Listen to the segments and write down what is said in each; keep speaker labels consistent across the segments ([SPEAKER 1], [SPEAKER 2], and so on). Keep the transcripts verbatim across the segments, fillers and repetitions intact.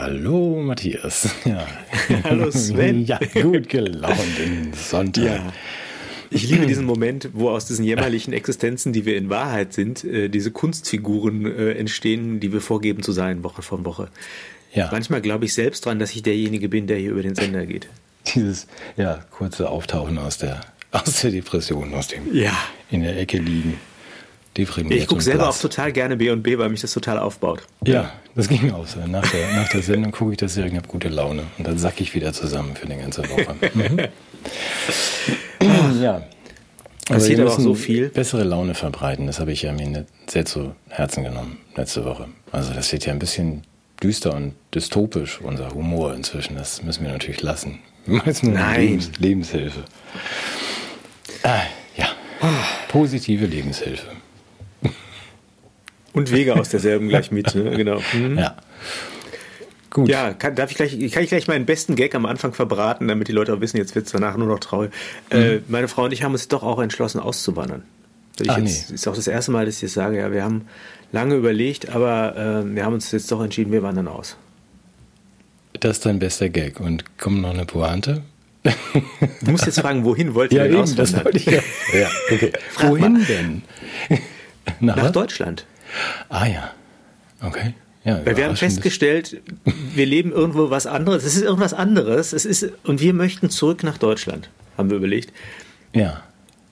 [SPEAKER 1] Hallo Matthias. Ja.
[SPEAKER 2] Hallo Sven.
[SPEAKER 1] Ja, gut gelaunten Sonntag. Ja.
[SPEAKER 2] Ich liebe diesen Moment, wo aus diesen jämmerlichen Existenzen, die wir in Wahrheit sind, äh, diese Kunstfiguren äh, entstehen, die wir vorgeben zu sein, Woche von Woche. Ja. Manchmal glaube ich selbst dran, dass ich derjenige bin, der hier über den Sender geht.
[SPEAKER 1] Dieses ja, kurze Auftauchen aus der, aus der Depression, aus dem
[SPEAKER 2] ja.
[SPEAKER 1] in der Ecke liegen.
[SPEAKER 2] Ich gucke selber auch total gerne B und B, weil mich das total aufbaut.
[SPEAKER 1] Ja, das ging mir auch so. Nach der, nach der Sendung gucke ich das Serie und habe gute Laune. Und dann sacke ich wieder zusammen für die ganze Woche. Mhm. Ja.
[SPEAKER 2] Passiert aber auch so viel.
[SPEAKER 1] Bessere Laune verbreiten, das habe ich ja mir sehr zu Herzen genommen letzte Woche. Also das wird ja ein bisschen düster und dystopisch, unser Humor inzwischen. Das müssen wir natürlich lassen. Meist nur Lebens, Lebenshilfe. Ah, ja, positive Lebenshilfe.
[SPEAKER 2] Und Wege aus derselben gleich mit, ne? Genau. Mhm.
[SPEAKER 1] Ja. Gut.
[SPEAKER 2] Ja, kann, darf ich gleich, kann ich gleich meinen besten Gag am Anfang verbraten, damit die Leute auch wissen, jetzt wird es danach nur noch traurig. Mhm. Äh, meine Frau und ich haben uns doch auch entschlossen, auszuwandern. Ich
[SPEAKER 1] Ach,
[SPEAKER 2] jetzt,
[SPEAKER 1] nee.
[SPEAKER 2] Ist auch das erste Mal, dass ich das sage. Ja, wir haben lange überlegt, aber äh, wir haben uns jetzt doch entschieden, wir wandern aus.
[SPEAKER 1] Das ist dein bester Gag. Und kommt noch eine Pointe?
[SPEAKER 2] Du musst jetzt fragen, wohin wollt ihr
[SPEAKER 1] ja,
[SPEAKER 2] denn
[SPEAKER 1] eben,
[SPEAKER 2] auswandern?
[SPEAKER 1] Das wollte ich ja. Ja, okay. Wohin
[SPEAKER 2] mal.
[SPEAKER 1] denn?
[SPEAKER 2] Nach, Nach Deutschland.
[SPEAKER 1] Ah ja, okay. Ja,
[SPEAKER 2] weil wir haben festgestellt, wir leben irgendwo was anderes. Es ist irgendwas anderes. Es ist, und wir möchten zurück nach Deutschland, haben wir überlegt.
[SPEAKER 1] Ja.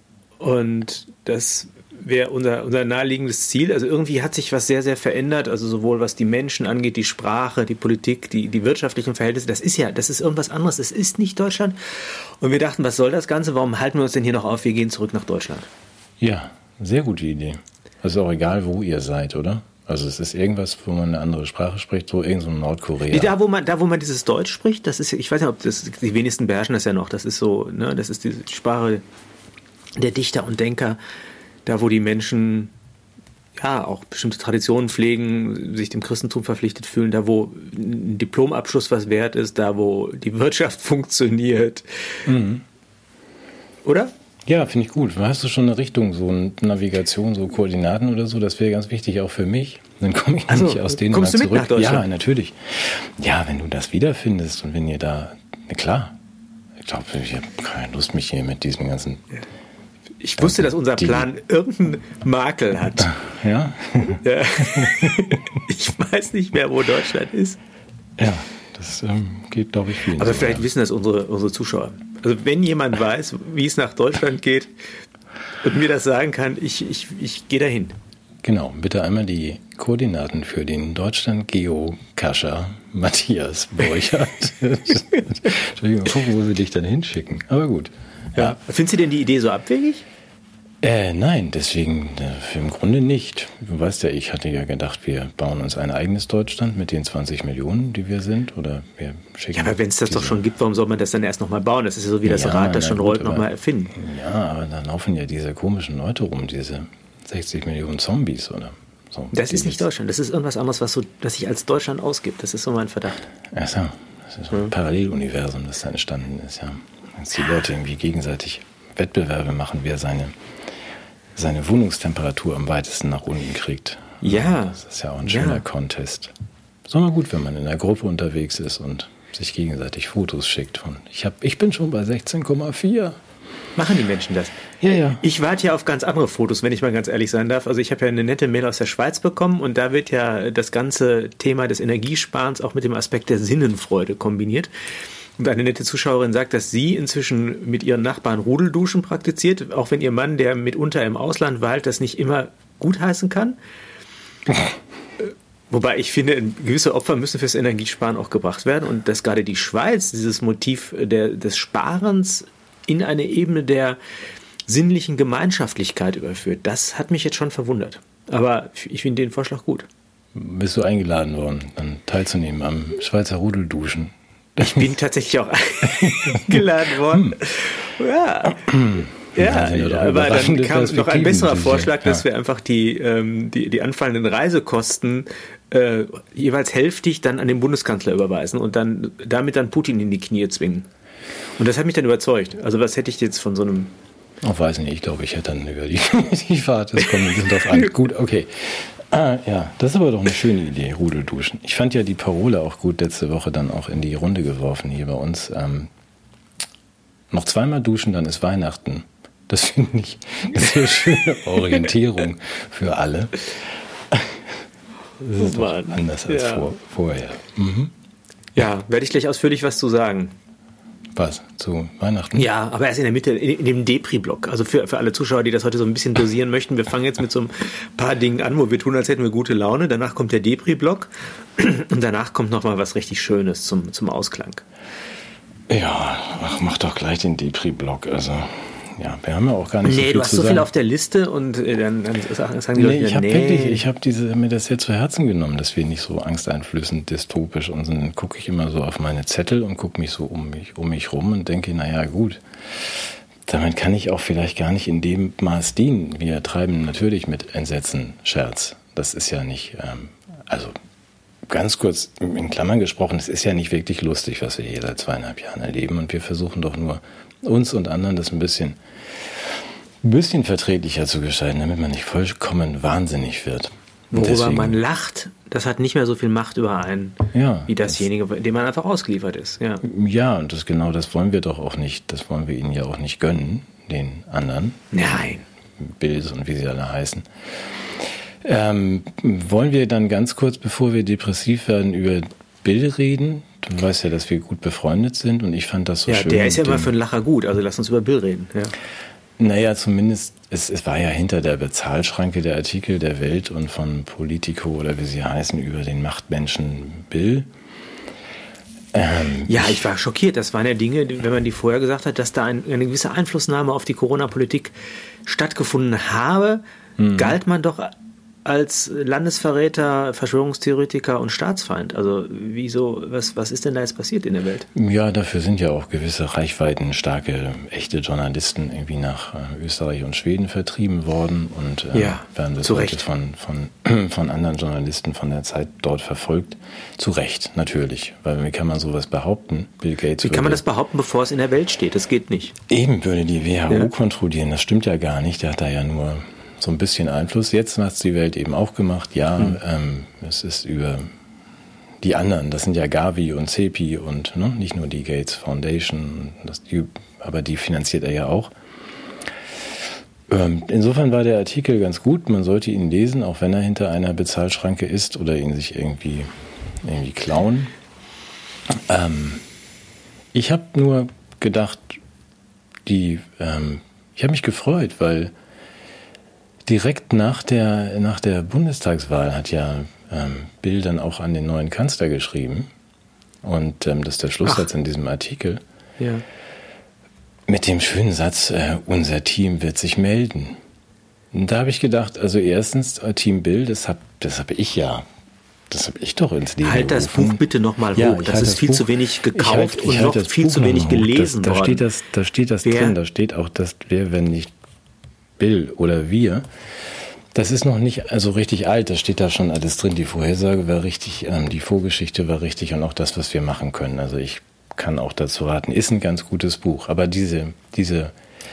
[SPEAKER 2] Und das wäre unser, unser naheliegendes Ziel. Also irgendwie hat sich was sehr, sehr verändert. Also sowohl was die Menschen angeht, die Sprache, die Politik, die, die wirtschaftlichen Verhältnisse. Das ist ja, das ist irgendwas anderes. Es ist nicht Deutschland. Und wir dachten, was soll das Ganze? Warum halten wir uns denn hier noch auf? Wir gehen zurück nach Deutschland.
[SPEAKER 1] Ja, sehr gute Idee. Also auch egal, wo ihr seid, oder? Also es ist irgendwas, wo man eine andere Sprache spricht, so irgend so Nordkorea.
[SPEAKER 2] Nee, da, wo man, da, wo man dieses Deutsch spricht, das ist, ich weiß nicht, ob das, die wenigsten beherrschen das ja noch, das ist so, ne, das ist die Sprache der Dichter und Denker, da, wo die Menschen, ja, auch bestimmte Traditionen pflegen, sich dem Christentum verpflichtet fühlen, da, wo ein Diplomabschluss was wert ist, da, wo die Wirtschaft funktioniert.
[SPEAKER 1] Mhm.
[SPEAKER 2] Oder?
[SPEAKER 1] Ja, finde ich gut. Hast du schon eine Richtung, so eine Navigation, so Koordinaten oder so? Das wäre ganz wichtig auch für mich. Dann komme ich
[SPEAKER 2] also,
[SPEAKER 1] nämlich aus Dänemark
[SPEAKER 2] kommst du mit
[SPEAKER 1] zurück.
[SPEAKER 2] Nach Deutschland?
[SPEAKER 1] Ja, natürlich. Ja, wenn du das wiederfindest und wenn ihr da, na klar. Ich glaube, ich habe keine Lust, mich hier mit diesem ganzen...
[SPEAKER 2] Ich wusste, dass unser Plan die, irgendeinen Makel hat.
[SPEAKER 1] Ja?
[SPEAKER 2] Ja. Ich weiß nicht mehr, wo Deutschland ist.
[SPEAKER 1] Ja, das ähm, geht, glaube ich, vielen.
[SPEAKER 2] Aber
[SPEAKER 1] so,
[SPEAKER 2] vielleicht
[SPEAKER 1] ja.
[SPEAKER 2] wissen das unsere, unsere Zuschauer. Also wenn jemand weiß, wie es nach Deutschland geht und mir das sagen kann, ich, ich, ich gehe dahin.
[SPEAKER 1] Genau, bitte einmal die Koordinaten für den Deutschland-Geocacher Matthias Borchert. Entschuldigung, gucken, wo sie dich dann hinschicken. Aber gut.
[SPEAKER 2] Ja. Ja. Findest du denn die Idee so abwegig?
[SPEAKER 1] Äh, nein, deswegen äh, im Grunde nicht. Du weißt ja, ich hatte ja gedacht, wir bauen uns ein eigenes Deutschland mit den zwanzig Millionen, die wir sind. Oder wir schicken.
[SPEAKER 2] Ja, aber wenn es das doch schon gibt, warum soll man das dann erst nochmal bauen? Das ist ja so wie das
[SPEAKER 1] ja,
[SPEAKER 2] Rad, das schon
[SPEAKER 1] gut,
[SPEAKER 2] rollt, nochmal erfinden.
[SPEAKER 1] Ja, aber dann laufen ja diese komischen Leute rum, diese sechzig Millionen Zombies oder so.
[SPEAKER 2] Das ist nicht Deutschland, das ist irgendwas anderes, was, so, was sich als Deutschland ausgibt. Das ist so mein Verdacht.
[SPEAKER 1] Ach so, das ist ein hm. Paralleluniversum, das da entstanden ist, ja. Dass die Leute irgendwie gegenseitig Wettbewerbe machen, wer seine, seine Wohnungstemperatur am weitesten nach unten kriegt.
[SPEAKER 2] Ja.
[SPEAKER 1] Das ist ja auch ein schöner ja. Contest. Ist doch mal gut, wenn man in einer Gruppe unterwegs ist und sich gegenseitig Fotos schickt. Von, ich, hab, ich bin schon bei sechzehn Komma vier.
[SPEAKER 2] Machen die Menschen das?
[SPEAKER 1] Ja, ja.
[SPEAKER 2] Ich warte ja auf ganz andere Fotos, wenn ich mal ganz ehrlich sein darf. Also ich habe ja eine nette Mail aus der Schweiz bekommen und da wird ja das ganze Thema des Energiesparens auch mit dem Aspekt der Sinnenfreude kombiniert. Und eine nette Zuschauerin sagt, dass sie inzwischen mit ihren Nachbarn Rudelduschen praktiziert, auch wenn ihr Mann, der mitunter im Ausland weilt, das nicht immer gutheißen kann. Wobei ich finde, gewisse Opfer müssen fürs Energiesparen auch gebracht werden und dass gerade die Schweiz dieses Motiv der, des Sparens in eine Ebene der sinnlichen Gemeinschaftlichkeit überführt, das hat mich jetzt schon verwundert. Aber ich finde den Vorschlag gut.
[SPEAKER 1] Bist du eingeladen worden, dann teilzunehmen am Schweizer Rudelduschen?
[SPEAKER 2] Ich bin tatsächlich auch eingeladen worden. Ja, ja, ja, aber dann kam noch ein besserer Vorschlag, dass ja. wir einfach die, ähm, die, die anfallenden Reisekosten äh, jeweils hälftig dann an den Bundeskanzler überweisen und dann damit dann Putin in die Knie zwingen. Und das hat mich dann überzeugt. Also was hätte ich jetzt von so einem...
[SPEAKER 1] Ich weiß nicht, ich glaube, ich hätte dann über die, die Fahrt, das kommt ein bisschen drauf an. Gut, okay. Ah, ja, das ist aber doch eine schöne Idee, Rudelduschen. Ich fand ja die Parole auch gut, letzte Woche dann auch in die Runde geworfen hier bei uns. Ähm, noch zweimal duschen, dann ist Weihnachten. Das finde ich eine sehr schöne Orientierung für alle. Das ist doch anders als ja. vor, vorher. Mhm.
[SPEAKER 2] Ja, werde ich gleich ausführlich was zu sagen.
[SPEAKER 1] Was? Zu Weihnachten?
[SPEAKER 2] Ja, aber erst in der Mitte, in, in dem Depri-Block. Also für, für alle Zuschauer, die das heute so ein bisschen dosieren möchten, wir fangen jetzt mit so ein paar Dingen an, wo wir tun, als hätten wir gute Laune. Danach kommt der Depri-Block und danach kommt noch mal was richtig Schönes zum, zum Ausklang.
[SPEAKER 1] Ja, ach, mach doch gleich den Depri-Block. Also, ja, wir haben ja auch gar nicht
[SPEAKER 2] nee,
[SPEAKER 1] so viel
[SPEAKER 2] du hast
[SPEAKER 1] zu
[SPEAKER 2] so
[SPEAKER 1] sagen.
[SPEAKER 2] viel auf der Liste und äh, dann, dann sagen die
[SPEAKER 1] nee,
[SPEAKER 2] Leute,
[SPEAKER 1] ich habe
[SPEAKER 2] nee.
[SPEAKER 1] wirklich, ich habe diese mir das sehr zu Herzen genommen, dass wir nicht so angsteinflößend dystopisch und so, dann gucke ich immer so auf meine Zettel und gucke mich so um mich um mich rum und denke, naja, gut, damit kann ich auch vielleicht gar nicht in dem Maß dienen. Wir treiben natürlich mit Entsetzen Scherz. Das ist ja nicht, ähm, also ganz kurz in Klammern gesprochen, es ist ja nicht wirklich lustig, was wir hier seit zweieinhalb Jahren erleben und wir versuchen doch nur uns und anderen das ein bisschen ein bisschen verträglicher zu gestalten, damit man nicht vollkommen wahnsinnig wird. Und
[SPEAKER 2] Worüber
[SPEAKER 1] deswegen,
[SPEAKER 2] man lacht, das hat nicht mehr so viel Macht über einen,
[SPEAKER 1] ja,
[SPEAKER 2] wie dasjenige, dem man einfach ausgeliefert ist. Ja,
[SPEAKER 1] ja, und das genau das wollen wir doch auch nicht, das wollen wir ihnen ja auch nicht gönnen, den anderen.
[SPEAKER 2] Nein.
[SPEAKER 1] Bills und wie sie alle heißen. Ähm, wollen wir dann ganz kurz, bevor wir depressiv werden, über Bill reden? Du weißt ja, dass wir gut befreundet sind und ich fand das so
[SPEAKER 2] ja,
[SPEAKER 1] schön.
[SPEAKER 2] Ja, der ist ja
[SPEAKER 1] dem,
[SPEAKER 2] immer für einen Lacher gut, also lass uns über Bill reden. Ja.
[SPEAKER 1] Naja, zumindest, es, es war ja hinter der Bezahlschranke der Artikel der Welt und von Politico oder wie sie heißen, über den Machtmenschen Bill. Ähm,
[SPEAKER 2] ja, ich war schockiert. Das waren ja Dinge, wenn man die vorher gesagt hat, dass da ein, eine gewisse Einflussnahme auf die Corona-Politik stattgefunden habe, hm. galt man doch als Landesverräter, Verschwörungstheoretiker und Staatsfeind. Also wieso, was, was ist denn da jetzt passiert in der Welt?
[SPEAKER 1] Ja, dafür sind ja auch gewisse reichweitenstarke, echte Journalisten irgendwie nach äh, Österreich und Schweden vertrieben worden und äh,
[SPEAKER 2] ja,
[SPEAKER 1] werden bis heute von, von, von anderen Journalisten von der Zeit dort verfolgt. Zu Recht, natürlich. Weil wie kann man sowas behaupten? Bill Gates
[SPEAKER 2] Wie kann man das behaupten, bevor es in der Welt steht? Das geht nicht.
[SPEAKER 1] Eben würde die W H O
[SPEAKER 2] ja.
[SPEAKER 1] kontrollieren. Das stimmt ja gar nicht. Der hat da ja nur so ein bisschen Einfluss. Jetzt hat es die Welt eben auch gemacht. Ja, mhm. ähm, es ist über die anderen. Das sind ja Gavi und CEPI und ne, nicht nur die Gates Foundation. Das, die, aber die finanziert er ja auch. Ähm, insofern war der Artikel ganz gut. Man sollte ihn lesen, auch wenn er hinter einer Bezahlschranke ist oder ihn sich irgendwie, irgendwie klauen. Ähm, ich habe nur gedacht, die, ähm, ich habe mich gefreut, weil direkt nach der, nach der Bundestagswahl hat ja ähm, Bill dann auch an den neuen Kanzler geschrieben. Und ähm, das ist der Schlusssatz Ach. in diesem Artikel.
[SPEAKER 2] Ja.
[SPEAKER 1] Mit dem schönen Satz, äh, unser Team wird sich melden. Und da habe ich gedacht, also erstens, äh, Team Bill, das habe das hab ich ja, das habe ich doch ins Leben
[SPEAKER 2] Halt das
[SPEAKER 1] gerufen.
[SPEAKER 2] Buch bitte nochmal hoch.
[SPEAKER 1] Ja,
[SPEAKER 2] das ist
[SPEAKER 1] das
[SPEAKER 2] viel
[SPEAKER 1] Buch,
[SPEAKER 2] zu wenig gekauft
[SPEAKER 1] ich halt, ich
[SPEAKER 2] und
[SPEAKER 1] halt
[SPEAKER 2] noch viel
[SPEAKER 1] Buch
[SPEAKER 2] zu wenig gelesen
[SPEAKER 1] das, da
[SPEAKER 2] worden.
[SPEAKER 1] Steht das, da steht das
[SPEAKER 2] wer?
[SPEAKER 1] drin, da steht auch, dass wer, wenn nicht Bill oder wir. Das ist noch nicht also richtig alt, da steht da schon alles drin. Die Vorhersage war richtig, ähm, die Vorgeschichte war richtig und auch das, was wir machen können. Also ich kann auch dazu raten, ist ein ganz gutes Buch. Aber diese, diese,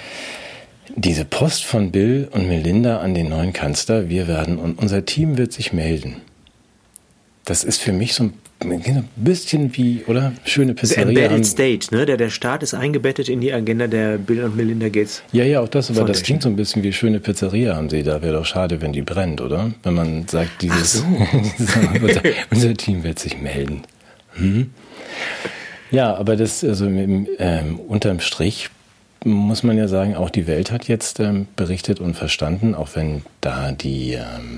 [SPEAKER 1] diese Post von Bill und Melinda an den neuen Kanzler, wir werden und unser Team wird sich melden. Das ist für mich so ein ein bisschen wie, oder? Schöne Pizzeria.
[SPEAKER 2] The Embedded State, ne? Der, der Staat ist eingebettet in die Agenda der Bill und Melinda Gates.
[SPEAKER 1] Ja, ja, auch das, aber Foundation. Das klingt so ein bisschen wie schöne Pizzeria haben sie. Da wäre doch schade, wenn die brennt, oder? Wenn man sagt, dieses, so. unser, unser Team wird sich melden. Hm? Ja, aber das, also im, ähm, unterm Strich muss man ja sagen, auch die Welt hat jetzt ähm, berichtet und verstanden, auch wenn da die ähm,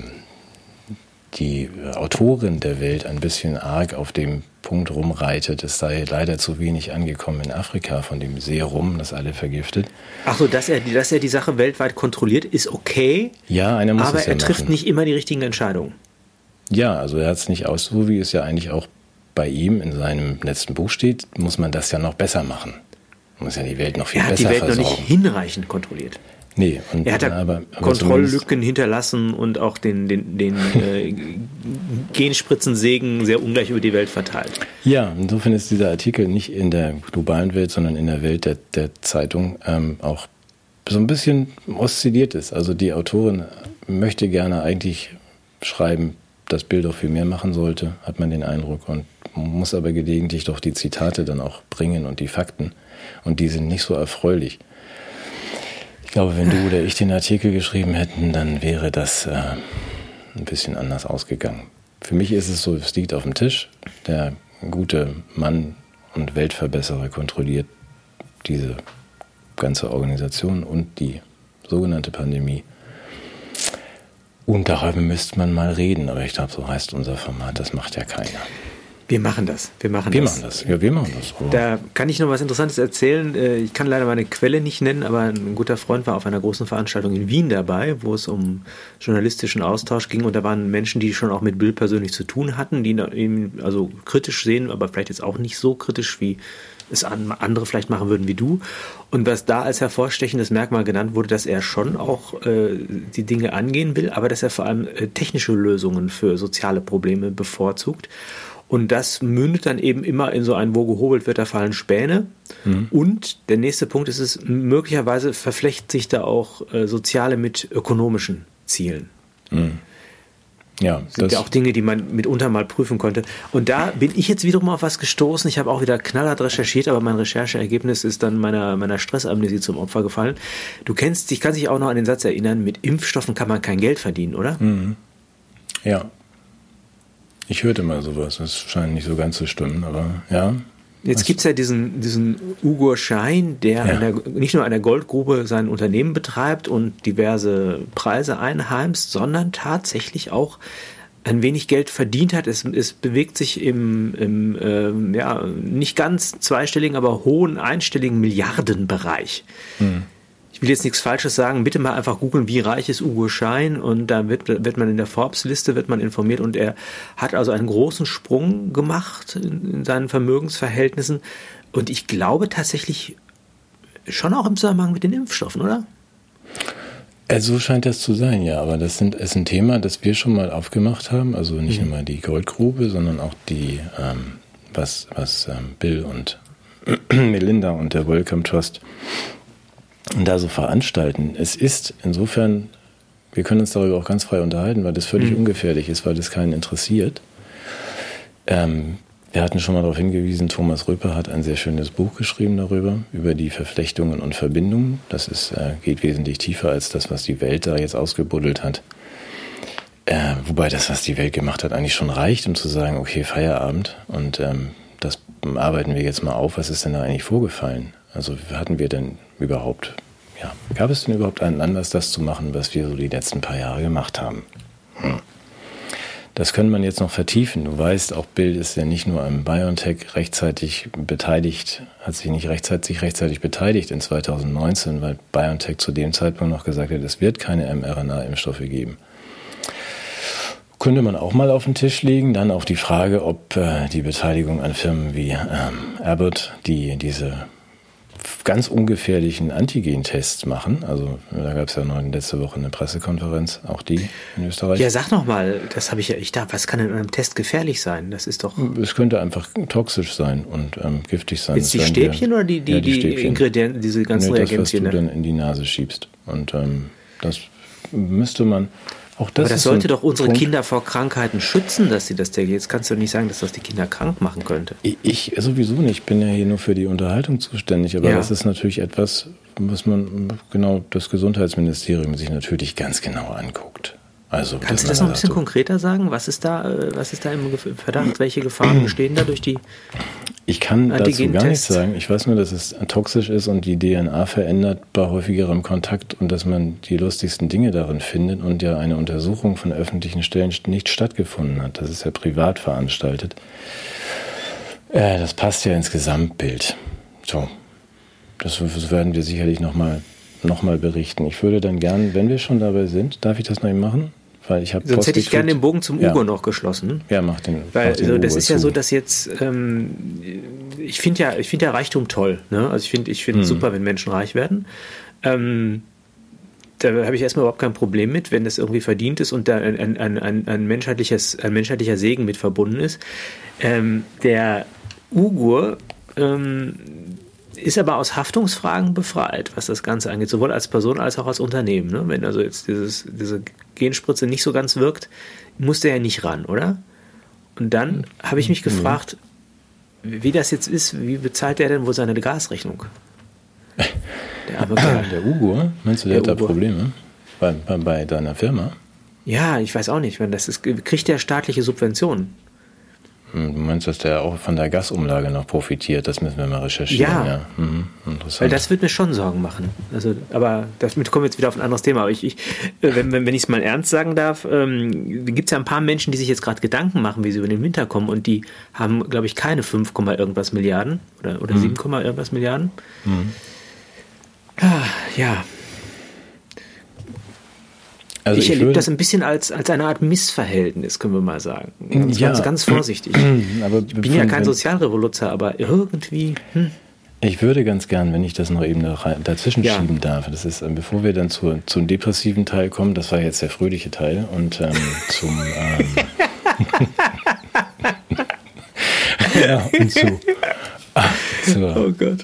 [SPEAKER 1] die Autorin der Welt ein bisschen arg auf dem Punkt rumreitet, es sei leider zu wenig angekommen in Afrika von dem Serum, das alle vergiftet.
[SPEAKER 2] Ach so, dass er, dass er die Sache weltweit kontrolliert, ist okay,
[SPEAKER 1] ja, einer muss
[SPEAKER 2] aber
[SPEAKER 1] es ja
[SPEAKER 2] er trifft
[SPEAKER 1] machen.
[SPEAKER 2] nicht immer die richtigen Entscheidungen.
[SPEAKER 1] Ja, also er hat es nicht aus, so wie es ja eigentlich auch bei ihm in seinem letzten Buch steht, muss man das ja noch besser machen. Man muss ja die Welt noch viel
[SPEAKER 2] besser
[SPEAKER 1] besser versorgen.
[SPEAKER 2] Er hat die Welt noch nicht hinreichend kontrolliert.
[SPEAKER 1] Nee, und
[SPEAKER 2] er hat da
[SPEAKER 1] aber, aber
[SPEAKER 2] Kontrolllücken hinterlassen und auch den, den, den äh, Genspritzensegen sehr ungleich über die Welt verteilt.
[SPEAKER 1] Ja, insofern ist dieser Artikel nicht in der globalen Welt, sondern in der Welt der, der Zeitung ähm, auch so ein bisschen oszilliert ist. Also die Autorin möchte gerne eigentlich Schreiben das Bild auch viel mehr machen sollte, hat man den Eindruck. Und man muss aber gelegentlich doch die Zitate dann auch bringen und die Fakten. Und die sind nicht so erfreulich. Ich glaube, wenn du oder ich den Artikel geschrieben hätten, dann wäre das äh, ein bisschen anders ausgegangen. Für mich ist es so, es liegt auf dem Tisch. Der gute Mann und Weltverbesserer kontrolliert diese ganze Organisation und die sogenannte Pandemie. Und darüber müsste man mal reden, aber ich glaube, so heißt unser Format, das macht ja keiner.
[SPEAKER 2] Wir machen das. Wir machen
[SPEAKER 1] wir
[SPEAKER 2] das.
[SPEAKER 1] machen das. Ja, wir machen das. Oh.
[SPEAKER 2] Da kann ich noch was Interessantes erzählen. Ich kann leider meine Quelle nicht nennen, aber ein guter Freund war auf einer großen Veranstaltung in Wien dabei, wo es um journalistischen Austausch ging. Und da waren Menschen, die schon auch mit Bill persönlich zu tun hatten, die ihn also kritisch sehen, aber vielleicht jetzt auch nicht so kritisch, wie es andere vielleicht machen würden wie du. Und was da als hervorstechendes Merkmal genannt wurde, dass er schon auch äh, die Dinge angehen will, aber dass er vor allem äh, technische Lösungen für soziale Probleme bevorzugt. Und das mündet dann eben immer in so ein, wo gehobelt wird, da fallen Späne. Mhm. Und der nächste Punkt ist es, möglicherweise verflechten sich da auch äh, soziale mit ökonomischen Zielen. Mhm.
[SPEAKER 1] Ja,
[SPEAKER 2] das sind ja auch Dinge, die man mitunter mal prüfen konnte. Und da bin ich jetzt wiederum auf was gestoßen. Ich habe auch wieder knallhart recherchiert, aber mein Rechercheergebnis ist dann meiner, meiner Stressamnesie zum Opfer gefallen. Du kennst, ich kann dich auch noch an den Satz erinnern, mit Impfstoffen kann man kein Geld verdienen, oder?
[SPEAKER 1] Mhm. Ja. Ich hörte mal sowas. Das scheint nicht so ganz zu stimmen, aber ja.
[SPEAKER 2] Jetzt gibt es ja diesen, diesen Ugur Schein, der
[SPEAKER 1] ja.
[SPEAKER 2] der nicht nur an der Goldgrube sein Unternehmen betreibt und diverse Preise einheimst, sondern tatsächlich auch ein wenig Geld verdient hat. Es, es bewegt sich im, im ähm, ja, nicht ganz zweistelligen, aber hohen einstelligen Milliardenbereich. Hm. Ich will jetzt nichts Falsches sagen, bitte mal einfach googeln, wie reich ist Ugur Schein, und da wird, wird man in der Forbes-Liste wird man informiert, und er hat also einen großen Sprung gemacht in, in seinen Vermögensverhältnissen, und ich glaube tatsächlich schon auch im Zusammenhang mit den Impfstoffen, oder?
[SPEAKER 1] Also scheint das zu sein, ja, aber das sind, ist ein Thema, das wir schon mal aufgemacht haben, also nicht mhm. nur die Goldgrube, sondern auch die, ähm, was, was ähm, Bill und Melinda und der Wellcome Trust da so veranstalten. Es ist insofern, wir können uns darüber auch ganz frei unterhalten, weil das völlig mhm. ungefährlich ist, weil das keinen interessiert. Ähm, wir hatten schon mal darauf hingewiesen, Thomas Röper hat ein sehr schönes Buch geschrieben darüber, über die Verflechtungen und Verbindungen. Das ist, äh, geht wesentlich tiefer als das, was die Welt da jetzt ausgebuddelt hat. Äh, wobei das, was die Welt gemacht hat, eigentlich schon reicht, um zu sagen, okay, Feierabend, und ähm, das arbeiten wir jetzt mal auf. Was ist denn da eigentlich vorgefallen? Also hatten wir denn überhaupt, ja, gab es denn überhaupt einen Anlass, das zu machen, was wir so die letzten paar Jahre gemacht haben? Hm. Das kann man jetzt noch vertiefen. Du weißt, auch Bill ist ja nicht nur am BioNTech rechtzeitig beteiligt, hat sich nicht rechtzeitig, rechtzeitig beteiligt in zwanzig neunzehn, weil BioNTech zu dem Zeitpunkt noch gesagt hat, es wird keine mRNA-Impfstoffe geben. Könnte man auch mal auf den Tisch legen. Dann auch die Frage, ob äh, die Beteiligung an Firmen wie ähm, Abbott, die diese ganz ungefährlichen Antigen-Tests machen. Also da gab es ja noch letzte Woche eine Pressekonferenz, auch die in Österreich.
[SPEAKER 2] Ja, sag noch mal, das habe ich ja, ich dachte, was kann in einem Test gefährlich sein? Das ist doch...
[SPEAKER 1] Es könnte einfach toxisch sein und ähm, giftig sein.
[SPEAKER 2] Jetzt die Stäbchen wir, oder die, die, ja, die, die Ingredienten, diese ganzen
[SPEAKER 1] nee,
[SPEAKER 2] Reagenzien?
[SPEAKER 1] Das, was du dann in die Nase schiebst. Und ähm, das müsste man... Auch das
[SPEAKER 2] Aber das sollte doch unsere Punkt. Kinder vor Krankheiten schützen, dass sie das täglich. Jetzt kannst du nicht sagen, dass das die Kinder krank machen könnte.
[SPEAKER 1] Ich sowieso nicht. Ich bin ja hier nur für die Unterhaltung zuständig. Aber ja. das ist natürlich etwas, was man genau das Gesundheitsministerium sich natürlich ganz genau anguckt. Also,
[SPEAKER 2] kannst du das noch ein bisschen so konkreter sagen? Was ist da, was ist da im Verdacht? Welche Gefahren bestehen da durch die
[SPEAKER 1] Ich kann dazu gar nichts sagen. Ich weiß nur, dass es toxisch ist und die D N A verändert bei häufigerem Kontakt und dass man die lustigsten Dinge darin findet und ja eine Untersuchung von öffentlichen Stellen nicht stattgefunden hat. Das ist ja privat veranstaltet. Äh, das passt ja ins Gesamtbild. So, das werden wir sicherlich nochmal noch mal berichten. Ich würde dann gern, wenn wir schon dabei sind, darf ich das noch eben machen? Weil ich
[SPEAKER 2] Sonst hätte ich gerne den Bogen zum ja. Ugo noch geschlossen.
[SPEAKER 1] Ja, mach den.
[SPEAKER 2] Weil
[SPEAKER 1] mach den
[SPEAKER 2] also, das
[SPEAKER 1] Ugo
[SPEAKER 2] ist
[SPEAKER 1] zu.
[SPEAKER 2] ja so, dass jetzt ähm, ich finde ja, ich finde ja Reichtum toll. Ne? Also ich finde, ich finde es hm. super, wenn Menschen reich werden. Ähm, da habe ich erstmal überhaupt kein Problem mit, wenn das irgendwie verdient ist und da ein, ein, ein, ein, menschheitliches, ein menschheitlicher Segen mit verbunden ist. Ähm, der Ugo ähm, ist aber aus Haftungsfragen befreit, was das Ganze angeht, sowohl als Person als auch als Unternehmen. Ne? Wenn also jetzt dieses, diese Genspritze nicht so ganz wirkt, musste er nicht ran, oder? Und dann habe ich mich gefragt, wie das jetzt ist, wie bezahlt er denn wohl seine Gasrechnung?
[SPEAKER 1] Der arme Kerl. Der Ugo, meinst du, der, der hat da Probleme bei, bei, bei deiner Firma?
[SPEAKER 2] Ja, ich weiß auch nicht. Das ist, kriegt der staatliche Subventionen?
[SPEAKER 1] Du meinst, dass der auch von der Gasumlage noch profitiert? Das müssen wir mal recherchieren.
[SPEAKER 2] Ja,
[SPEAKER 1] ja. Mhm. Interessant.
[SPEAKER 2] Weil das wird mir schon Sorgen machen. Also, aber damit kommen wir jetzt wieder auf ein anderes Thema. Aber ich, ich, wenn, wenn ich es mal ernst sagen darf, ähm, gibt es ja ein paar Menschen, die sich jetzt gerade Gedanken machen, wie sie über den Winter kommen, und die haben, glaube ich, keine fünf, irgendwas Milliarden oder, oder mhm. sieben, irgendwas Milliarden. Mhm. Ah, ja. Also ich, ich erlebe das ein bisschen als, als eine Art Missverhältnis, können wir mal sagen. Ganz, ja. ganz, ganz vorsichtig. Aber ich bin ja kein Sozialrevoluzer, aber irgendwie... Hm.
[SPEAKER 1] Ich würde ganz gern, wenn ich das noch eben dazwischen ja. schieben darf, das ist, bevor wir dann zu, zum depressiven Teil kommen, das war jetzt der fröhliche Teil, und ähm, zum... Ähm, ja, und zu... Ah, zur,
[SPEAKER 2] oh Gott.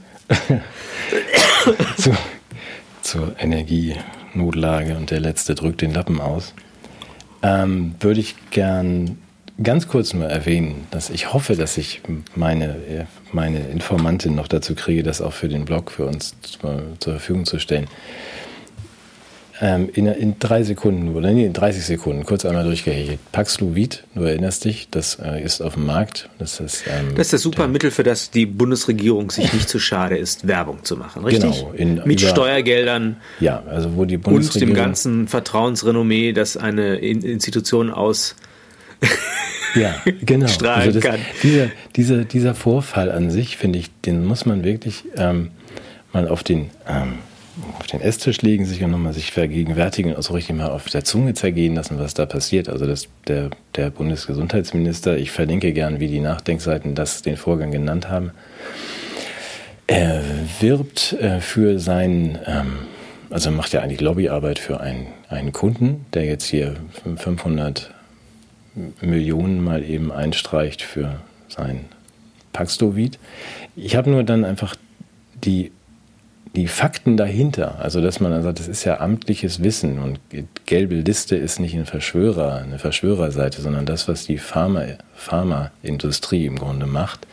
[SPEAKER 1] zu, zur Energie... Notlage und der Letzte drückt den Lappen aus, ähm, würde ich gern ganz kurz nur erwähnen, dass ich hoffe, dass ich meine, meine Informantin noch dazu kriege, das auch für den Blog für uns zu, zur Verfügung zu stellen. Ähm, in, in drei Sekunden, oder nee, in dreißig Sekunden, kurz einmal durchgehechelt. Paxlovid, du erinnerst dich, das äh, ist auf dem Markt. Das ist, ähm,
[SPEAKER 2] das ist das super der, Mittel, für das die Bundesregierung sich nicht zu schade ist, Werbung zu machen, richtig?
[SPEAKER 1] Genau. In,
[SPEAKER 2] Mit
[SPEAKER 1] über,
[SPEAKER 2] Steuergeldern
[SPEAKER 1] ja, also wo die Bundesregierung
[SPEAKER 2] und dem ganzen Vertrauensrenommee, das eine Institution aus
[SPEAKER 1] ja, genau.
[SPEAKER 2] strahlen
[SPEAKER 1] also das,
[SPEAKER 2] kann.
[SPEAKER 1] Dieser, dieser, dieser Vorfall an sich, finde ich, den muss man wirklich ähm, mal auf den... Ähm, auf den Esstisch legen, sich und nochmal sich vergegenwärtigen und auch so richtig mal auf der Zunge zergehen lassen, was da passiert. Also das, der, der Bundesgesundheitsminister, ich verlinke gern, wie die Nachdenkseiten das den Vorgang genannt haben, er wirbt äh, für seinen, ähm, also macht ja eigentlich Lobbyarbeit für einen, einen Kunden, der jetzt hier fünfhundert Millionen mal eben einstreicht für sein Paxlovid. Ich habe nur dann einfach die Die Fakten dahinter, also dass man sagt, das ist ja amtliches Wissen und gelbe Liste ist nicht ein Verschwörer, eine Verschwörerseite, sondern das, was die Pharma, Pharmaindustrie im Grunde macht.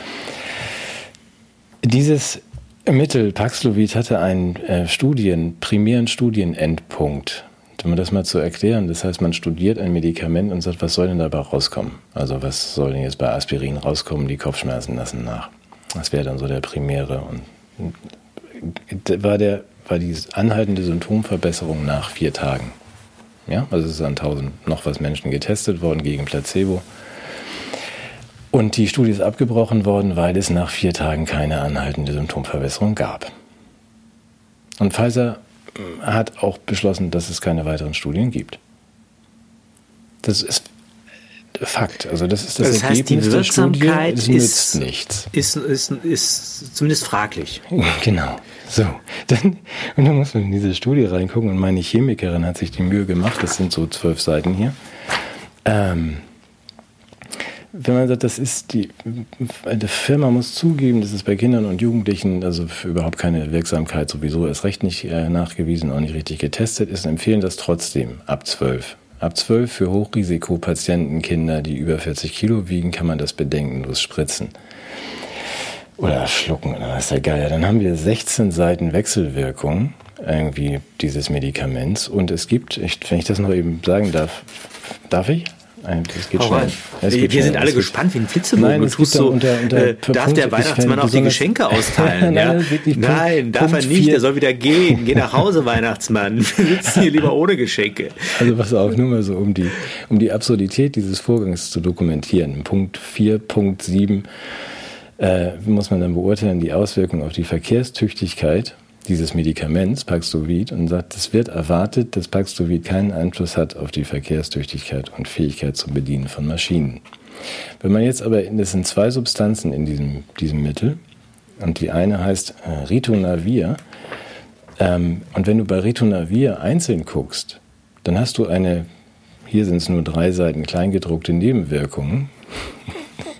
[SPEAKER 1] Dieses Mittel Paxlovid hatte einen äh, Studien, primären Studienendpunkt. Um das mal zu erklären, das heißt, man studiert ein Medikament und sagt, was soll denn dabei rauskommen? Also was soll denn jetzt bei Aspirin rauskommen? Die Kopfschmerzen lassen nach. Das wäre dann so der primäre und war, der, war die anhaltende Symptomverbesserung nach vier Tagen. Ja, also es ist an tausend noch was Menschen getestet worden gegen Placebo. Und die Studie ist abgebrochen worden, weil es nach vier Tagen keine anhaltende Symptomverbesserung gab. Und Pfizer hat auch beschlossen, dass es keine weiteren Studien gibt. Das ist Fakt. Also das ist das,
[SPEAKER 2] das heißt,
[SPEAKER 1] Ergebnis
[SPEAKER 2] die Wirksamkeit
[SPEAKER 1] der Studie. Es nützt nichts.
[SPEAKER 2] Ist, ist, ist zumindest fraglich.
[SPEAKER 1] Genau. So. Dann, und dann muss man in diese Studie reingucken und meine Chemikerin hat sich die Mühe gemacht, das sind so zwölf Seiten hier. Ähm, wenn man sagt, das ist die, die Firma muss zugeben, dass es bei Kindern und Jugendlichen also für überhaupt keine Wirksamkeit sowieso erst recht nicht äh, nachgewiesen, auch nicht richtig getestet ist, empfehlen das trotzdem ab zwölf. Ab zwölf für Hochrisikopatienten, Kinder, die über vierzig Kilo wiegen, kann man das bedenkenlos spritzen. Oder schlucken, oder was der Geier. Dann haben wir sechzehn Seiten Wechselwirkung irgendwie dieses Medikaments. Und es gibt, ich, wenn ich das noch eben sagen darf, darf ich? Es geht schnell.
[SPEAKER 2] Es geht wir schnell. sind alle es gespannt wie ein Flitzebogen.
[SPEAKER 1] Nein,
[SPEAKER 2] du tust so, unter, unter äh, darf der Weihnachtsmann auch die Geschenke austeilen?
[SPEAKER 1] Nein,
[SPEAKER 2] ja? Nein darf Punkt er nicht, vier. Der soll wieder gehen. Geh nach Hause, Weihnachtsmann. Wir sitzen hier lieber ohne Geschenke.
[SPEAKER 1] Also pass auf, nur mal so, um die, um die Absurdität dieses Vorgangs zu dokumentieren. Punkt vier Punkt sieben äh, muss man dann beurteilen, die Auswirkungen auf die Verkehrstüchtigkeit dieses Medikaments, Paxlovid, und sagt, es wird erwartet, dass Paxlovid keinen Einfluss hat auf die Verkehrstüchtigkeit und Fähigkeit zum Bedienen von Maschinen. Wenn man jetzt aber, das sind zwei Substanzen in diesem, diesem Mittel, und die eine heißt äh, Ritonavir, ähm, und wenn du bei Ritonavir einzeln guckst, dann hast du eine, hier sind es nur drei Seiten kleingedruckte Nebenwirkungen,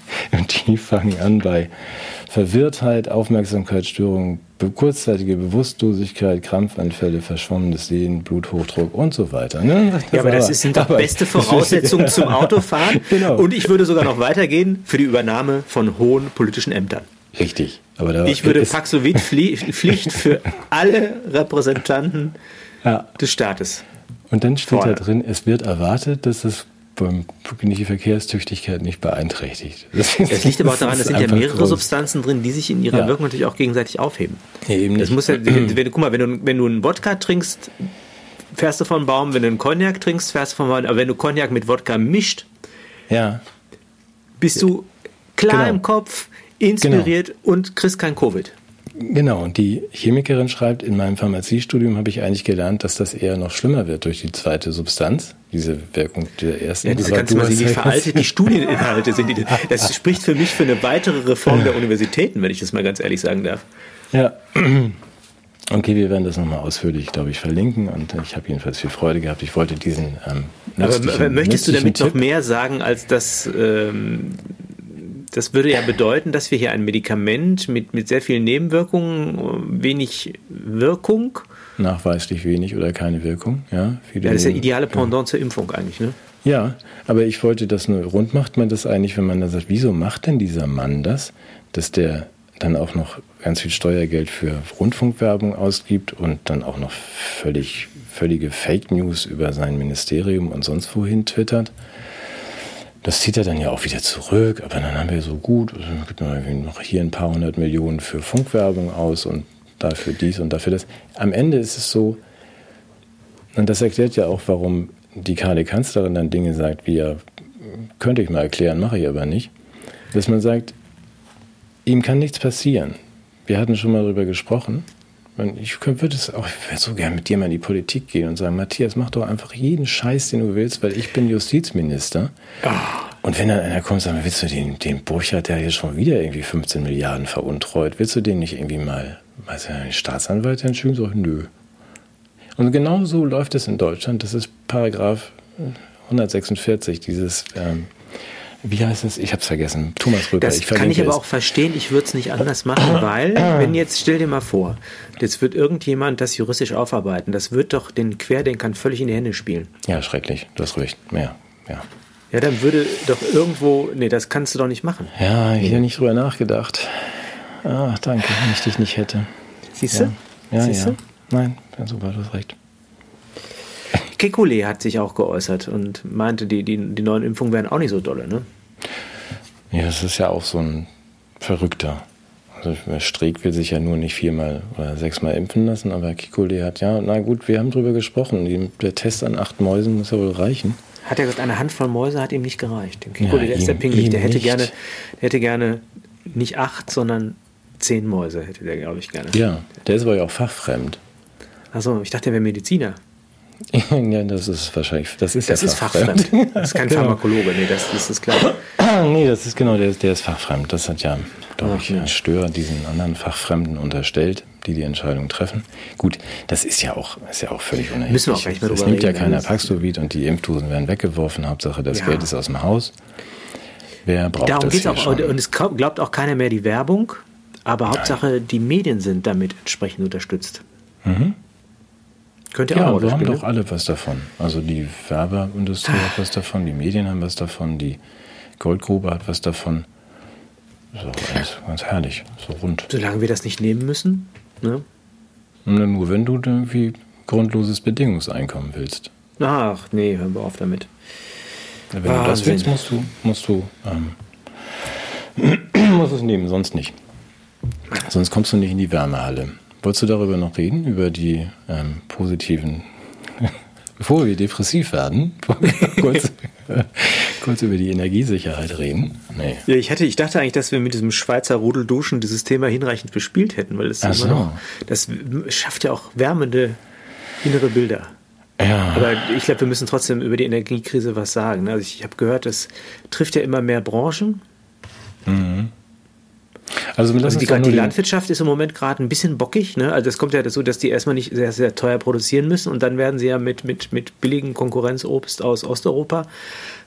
[SPEAKER 1] die fangen an bei Verwirrtheit, Aufmerksamkeitsstörungen, kurzzeitige Bewusstlosigkeit, Krampfanfälle, verschwommenes Sehen, Bluthochdruck und so weiter. Ne?
[SPEAKER 2] Das ja, aber das ist, sind doch beste Voraussetzungen zum Autofahren. Genau. Und ich würde sogar noch weitergehen für die Übernahme von hohen politischen Ämtern.
[SPEAKER 1] Richtig. Aber da
[SPEAKER 2] ich würde Paxlovid-Pflicht für alle Repräsentanten ja. des Staates.
[SPEAKER 1] Und dann steht Vorne. da drin, es wird erwartet, dass es die Verkehrstüchtigkeit nicht beeinträchtigt.
[SPEAKER 2] Das, das liegt aber auch daran, es sind ja mehrere groß. Substanzen drin, die sich in ihrer ja. Wirkung natürlich auch gegenseitig aufheben. Ja, eben das muss ja, wenn, wenn, guck mal, wenn du, wenn du einen Wodka trinkst, fährst du vom Baum, wenn du einen Cognac trinkst, fährst du vom Baum, aber wenn du Cognac mit Wodka mischt,
[SPEAKER 1] ja.
[SPEAKER 2] bist du klar genau. im Kopf, inspiriert genau. und kriegst kein Covid.
[SPEAKER 1] Genau, und die Chemikerin schreibt, in meinem Pharmaziestudium habe ich eigentlich gelernt, dass das eher noch schlimmer wird durch die zweite Substanz, diese Wirkung der ersten.
[SPEAKER 2] Ja, das kannst du mal sehen, wie veraltet die Studieninhalte sind. Das spricht für mich für eine weitere Reform der Universitäten, wenn ich das mal ganz ehrlich sagen darf.
[SPEAKER 1] Ja, okay, wir werden das nochmal ausführlich, glaube ich, verlinken und ich habe jedenfalls viel Freude gehabt. Ich wollte diesen ähm,
[SPEAKER 2] Aber, aber möchtest du damit Tipp noch mehr sagen, als dass... Ähm, Das würde ja bedeuten, dass wir hier ein Medikament mit, mit sehr vielen Nebenwirkungen, wenig Wirkung.
[SPEAKER 1] Nachweislich wenig oder keine Wirkung. Ja,
[SPEAKER 2] viele ja das ist ja ideale Pendant ja. zur Impfung eigentlich, ne?
[SPEAKER 1] Ja, aber ich wollte das nur, rund macht man das eigentlich, wenn man dann sagt, wieso macht denn dieser Mann das, dass der dann auch noch ganz viel Steuergeld für Rundfunkwerbung ausgibt und dann auch noch völlig, völlige Fake News über sein Ministerium und sonst wohin twittert. Das zieht er dann ja auch wieder zurück, aber dann haben wir so gut, also gibt man noch hier ein paar hundert Millionen für Funkwerbung aus und dafür dies und dafür das. Am Ende ist es so, und das erklärt ja auch, warum die K D-Kanzlerin dann Dinge sagt, wie ja, könnte ich mal erklären, mache ich aber nicht, dass man sagt, ihm kann nichts passieren. Wir hatten schon mal darüber gesprochen. Ich würde es auch, ich würde so gerne mit dir mal in die Politik gehen und sagen, Matthias, mach doch einfach jeden Scheiß, den du willst, weil ich bin Justizminister. Oh. Und wenn dann einer kommt und sagt, willst du den, den Burchard, der hier schon wieder irgendwie fünfzehn Milliarden veruntreut, willst du den nicht irgendwie mal, weiß ja, den Staatsanwalt entschieden? So, nö. Und genau so läuft es in Deutschland. Das ist Paragraph hundertsechsundvierzig, dieses, ähm, wie heißt es? Ich habe es vergessen. Thomas Rücker.
[SPEAKER 2] Das ich kann ich aber es. auch verstehen. Ich würde es nicht anders machen, weil, wenn jetzt, stell dir mal vor, jetzt wird irgendjemand das juristisch aufarbeiten. Das wird doch den Querdenkern völlig in die Hände spielen.
[SPEAKER 1] Ja, schrecklich. Du hast recht. Ja, ja.
[SPEAKER 2] Ja, dann würde doch irgendwo, nee, das kannst du doch nicht machen.
[SPEAKER 1] Ja, ich hätte nicht drüber nachgedacht. Ach, danke, wenn ich dich nicht hätte.
[SPEAKER 2] Siehst du?
[SPEAKER 1] Ja, ja.
[SPEAKER 2] Siehst
[SPEAKER 1] ja.
[SPEAKER 2] du?
[SPEAKER 1] Nein, ja, super, du hast recht.
[SPEAKER 2] Kekulé hat sich auch geäußert und meinte, die, die, die neuen Impfungen wären auch nicht so dolle, ne?
[SPEAKER 1] Ja, das ist ja auch so ein Verrückter. Also Streeck will sich ja nur nicht viermal oder sechsmal impfen lassen, aber Kekulé hat, ja, na gut, wir haben drüber gesprochen, der Test an acht Mäusen muss ja wohl reichen.
[SPEAKER 2] Hat er gesagt, eine Handvoll Mäuse hat ihm nicht gereicht. Dem Kekulé, ja, der ist der pingelig, der hätte gerne, der hätte gerne nicht acht, sondern zehn Mäuse hätte der, glaube ich, gerne.
[SPEAKER 1] Ja, der ist aber ja auch fachfremd.
[SPEAKER 2] Achso, ich dachte, der wäre Mediziner.
[SPEAKER 1] Ja, das ist wahrscheinlich, das ist
[SPEAKER 2] das
[SPEAKER 1] ja
[SPEAKER 2] ist fachfremd. fachfremd. Das ist kein genau. Pharmakologe, nee, das, das ist klar.
[SPEAKER 1] Nee, das ist genau, der, der ist fachfremd. Das hat ja, glaube ich, ein Störer diesen anderen Fachfremden unterstellt, die die Entscheidung treffen. Gut, das ist ja auch, ist ja auch völlig unerheblich.
[SPEAKER 2] Müssen wir auch gleich mal drüber
[SPEAKER 1] reden. Es nimmt ja
[SPEAKER 2] reden,
[SPEAKER 1] keiner Paxlovid und die Impfdosen werden weggeworfen. Hauptsache, das ja. Geld ist aus dem Haus. Wer braucht
[SPEAKER 2] Darum
[SPEAKER 1] das
[SPEAKER 2] geht's
[SPEAKER 1] hier
[SPEAKER 2] auch,
[SPEAKER 1] schon?
[SPEAKER 2] Und es glaubt auch keiner mehr die Werbung, aber Nein. Hauptsache, die Medien sind damit entsprechend unterstützt.
[SPEAKER 1] Mhm.
[SPEAKER 2] Könnte ja,
[SPEAKER 1] ja,
[SPEAKER 2] auch
[SPEAKER 1] wir haben
[SPEAKER 2] spielen.
[SPEAKER 1] doch alle was davon. Also die Werbeindustrie ah. hat was davon, die Medien haben was davon, die Goldgrube hat was davon. Das ist auch alles ganz herrlich, so rund.
[SPEAKER 2] Solange wir das nicht nehmen müssen, ne?
[SPEAKER 1] Nur wenn du irgendwie grundloses Bedingungseinkommen willst.
[SPEAKER 2] Ach, nee, hören wir auf damit.
[SPEAKER 1] Ja, wenn Wahnsinn. du das willst, musst du, musst du ähm, musst es nehmen, sonst nicht. Sonst kommst du nicht in die Wärmehalle. Wolltest du darüber noch reden, über die ähm, positiven, bevor wir depressiv werden, kurz, kurz über die Energiesicherheit reden? Nee.
[SPEAKER 2] Ja, ich, hatte, ich dachte eigentlich, dass wir mit diesem Schweizer Rudelduschen dieses Thema hinreichend bespielt hätten, weil das,
[SPEAKER 1] Ach so.
[SPEAKER 2] immer noch, das schafft ja auch wärmende innere Bilder.
[SPEAKER 1] Ja.
[SPEAKER 2] Aber ich glaube, wir müssen trotzdem über die Energiekrise was sagen. Also ich, ich habe gehört, das trifft ja immer mehr Branchen.
[SPEAKER 1] Mhm. Also,
[SPEAKER 2] also die, die Landwirtschaft ist im Moment gerade ein bisschen bockig. Ne? Also es kommt ja dazu, dass die erstmal nicht sehr, sehr teuer produzieren müssen und dann werden sie ja mit, mit, mit billigem Konkurrenzobst aus Osteuropa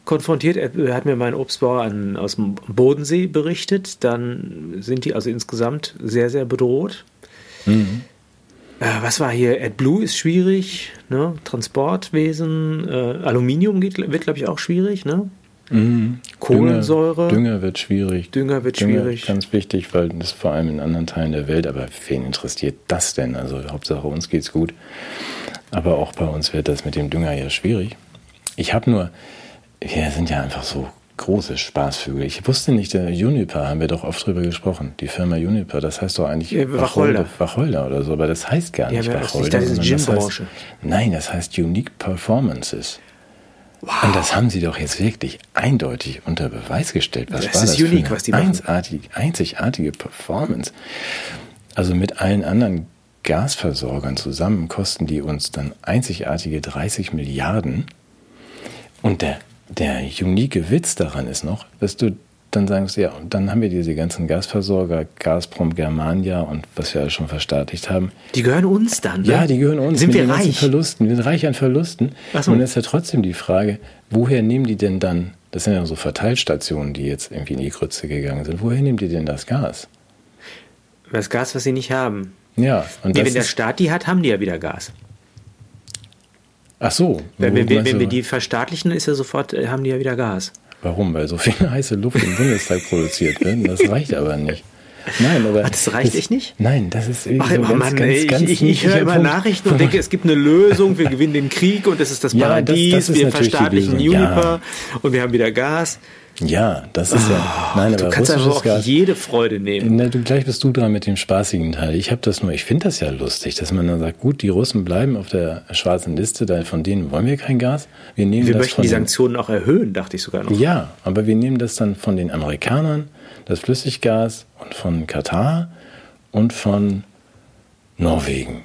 [SPEAKER 2] konfrontiert. Er hat mir mein Obstbauer an, aus dem Bodensee berichtet. Dann sind die also insgesamt sehr, sehr bedroht. Mhm. Äh, was war hier? AdBlue ist schwierig. Ne? Transportwesen. Äh, Aluminium geht, wird, glaube ich, auch schwierig. Ne?
[SPEAKER 1] Mhm.
[SPEAKER 2] Kohlensäure.
[SPEAKER 1] Dünger, Dünger wird schwierig.
[SPEAKER 2] Dünger wird
[SPEAKER 1] Dünger
[SPEAKER 2] schwierig.
[SPEAKER 1] Ganz wichtig, weil das vor allem in anderen Teilen der Welt, aber wen interessiert das denn? Also Hauptsache uns geht's gut. Aber auch bei uns wird das mit dem Dünger ja schwierig. Ich habe nur, wir sind ja einfach so große Spaßvögel. Ich wusste nicht, der Uniper, haben wir doch oft drüber gesprochen. Die Firma Uniper, das heißt doch eigentlich
[SPEAKER 2] ja, Wacholder.
[SPEAKER 1] Wacholder oder so, aber das heißt gar nicht
[SPEAKER 2] ja,
[SPEAKER 1] Wacholder.
[SPEAKER 2] Das ist die Gymbranche.
[SPEAKER 1] Nein, das heißt Unique Performances. Wow. Und das haben sie doch jetzt wirklich eindeutig unter Beweis gestellt. Was
[SPEAKER 2] das
[SPEAKER 1] war
[SPEAKER 2] ist
[SPEAKER 1] das
[SPEAKER 2] unique,
[SPEAKER 1] für eine
[SPEAKER 2] was die machen.
[SPEAKER 1] Einzigartige, einzigartige Performance? Also mit allen anderen Gasversorgern zusammen kosten die uns dann einzigartige dreißig Milliarden. Und der, der unique Witz daran ist noch, dass du dann sagst, ja, und dann haben wir diese ganzen Gasversorger, Gazprom, Germania und was wir alle schon verstaatlicht haben.
[SPEAKER 2] Die gehören uns dann, ne?
[SPEAKER 1] Ja, die gehören uns.
[SPEAKER 2] Sind
[SPEAKER 1] mit
[SPEAKER 2] wir
[SPEAKER 1] den ganzen
[SPEAKER 2] reich?
[SPEAKER 1] Verlusten. Wir sind reich an Verlusten.
[SPEAKER 2] Ach so.
[SPEAKER 1] Und es ist ja trotzdem die Frage, woher nehmen die denn dann, das sind ja so Verteilstationen, die jetzt irgendwie in die Grütze gegangen sind, woher nehmen die denn das Gas?
[SPEAKER 2] Das Gas, was sie nicht haben.
[SPEAKER 1] Ja. Und
[SPEAKER 2] nee,
[SPEAKER 1] das
[SPEAKER 2] wenn der
[SPEAKER 1] ist,
[SPEAKER 2] Staat die hat, haben die ja wieder Gas.
[SPEAKER 1] ach so.
[SPEAKER 2] Wenn,
[SPEAKER 1] wo
[SPEAKER 2] wenn, wir,
[SPEAKER 1] meinst
[SPEAKER 2] wenn
[SPEAKER 1] du-
[SPEAKER 2] wir die verstaatlichen, ist ja sofort, äh, haben die ja wieder Gas.
[SPEAKER 1] Warum? Weil so viel heiße Luft im Bundestag produziert wird. Das reicht aber nicht. Nein, aber
[SPEAKER 2] Ach, das reicht echt nicht?
[SPEAKER 1] Nein, das ist irgendwie
[SPEAKER 2] Ach,
[SPEAKER 1] so ganz,
[SPEAKER 2] Mann,
[SPEAKER 1] ganz,
[SPEAKER 2] ey,
[SPEAKER 1] ganz
[SPEAKER 2] ich, ich, ich
[SPEAKER 1] niedlicher
[SPEAKER 2] höre immer
[SPEAKER 1] Punkt.
[SPEAKER 2] Nachrichten und denke, es gibt eine Lösung, wir gewinnen den Krieg und das ist das
[SPEAKER 1] Ja, das-
[SPEAKER 2] Paradies,
[SPEAKER 1] das ist
[SPEAKER 2] wir
[SPEAKER 1] natürlich die
[SPEAKER 2] verstaatlichen
[SPEAKER 1] Lösung, ja.
[SPEAKER 2] Uniper und wir haben wieder Gas.
[SPEAKER 1] Ja, das ist ja. Nein,
[SPEAKER 2] Du
[SPEAKER 1] aber
[SPEAKER 2] kannst einfach
[SPEAKER 1] russisches
[SPEAKER 2] auch
[SPEAKER 1] Gas.
[SPEAKER 2] jede Freude nehmen.
[SPEAKER 1] Na, du, gleich bist du dran mit dem spaßigen Teil. Ich habe das nur, ich finde das ja lustig, dass man dann sagt, gut, die Russen bleiben auf der schwarzen Liste, da von denen wollen wir kein Gas. Wir nehmen
[SPEAKER 2] Wir
[SPEAKER 1] das
[SPEAKER 2] möchten
[SPEAKER 1] von
[SPEAKER 2] die
[SPEAKER 1] den,
[SPEAKER 2] Sanktionen auch erhöhen, dachte ich sogar noch.
[SPEAKER 1] Ja, aber wir nehmen das dann von den Amerikanern, das Flüssiggas und von Katar und von Norwegen.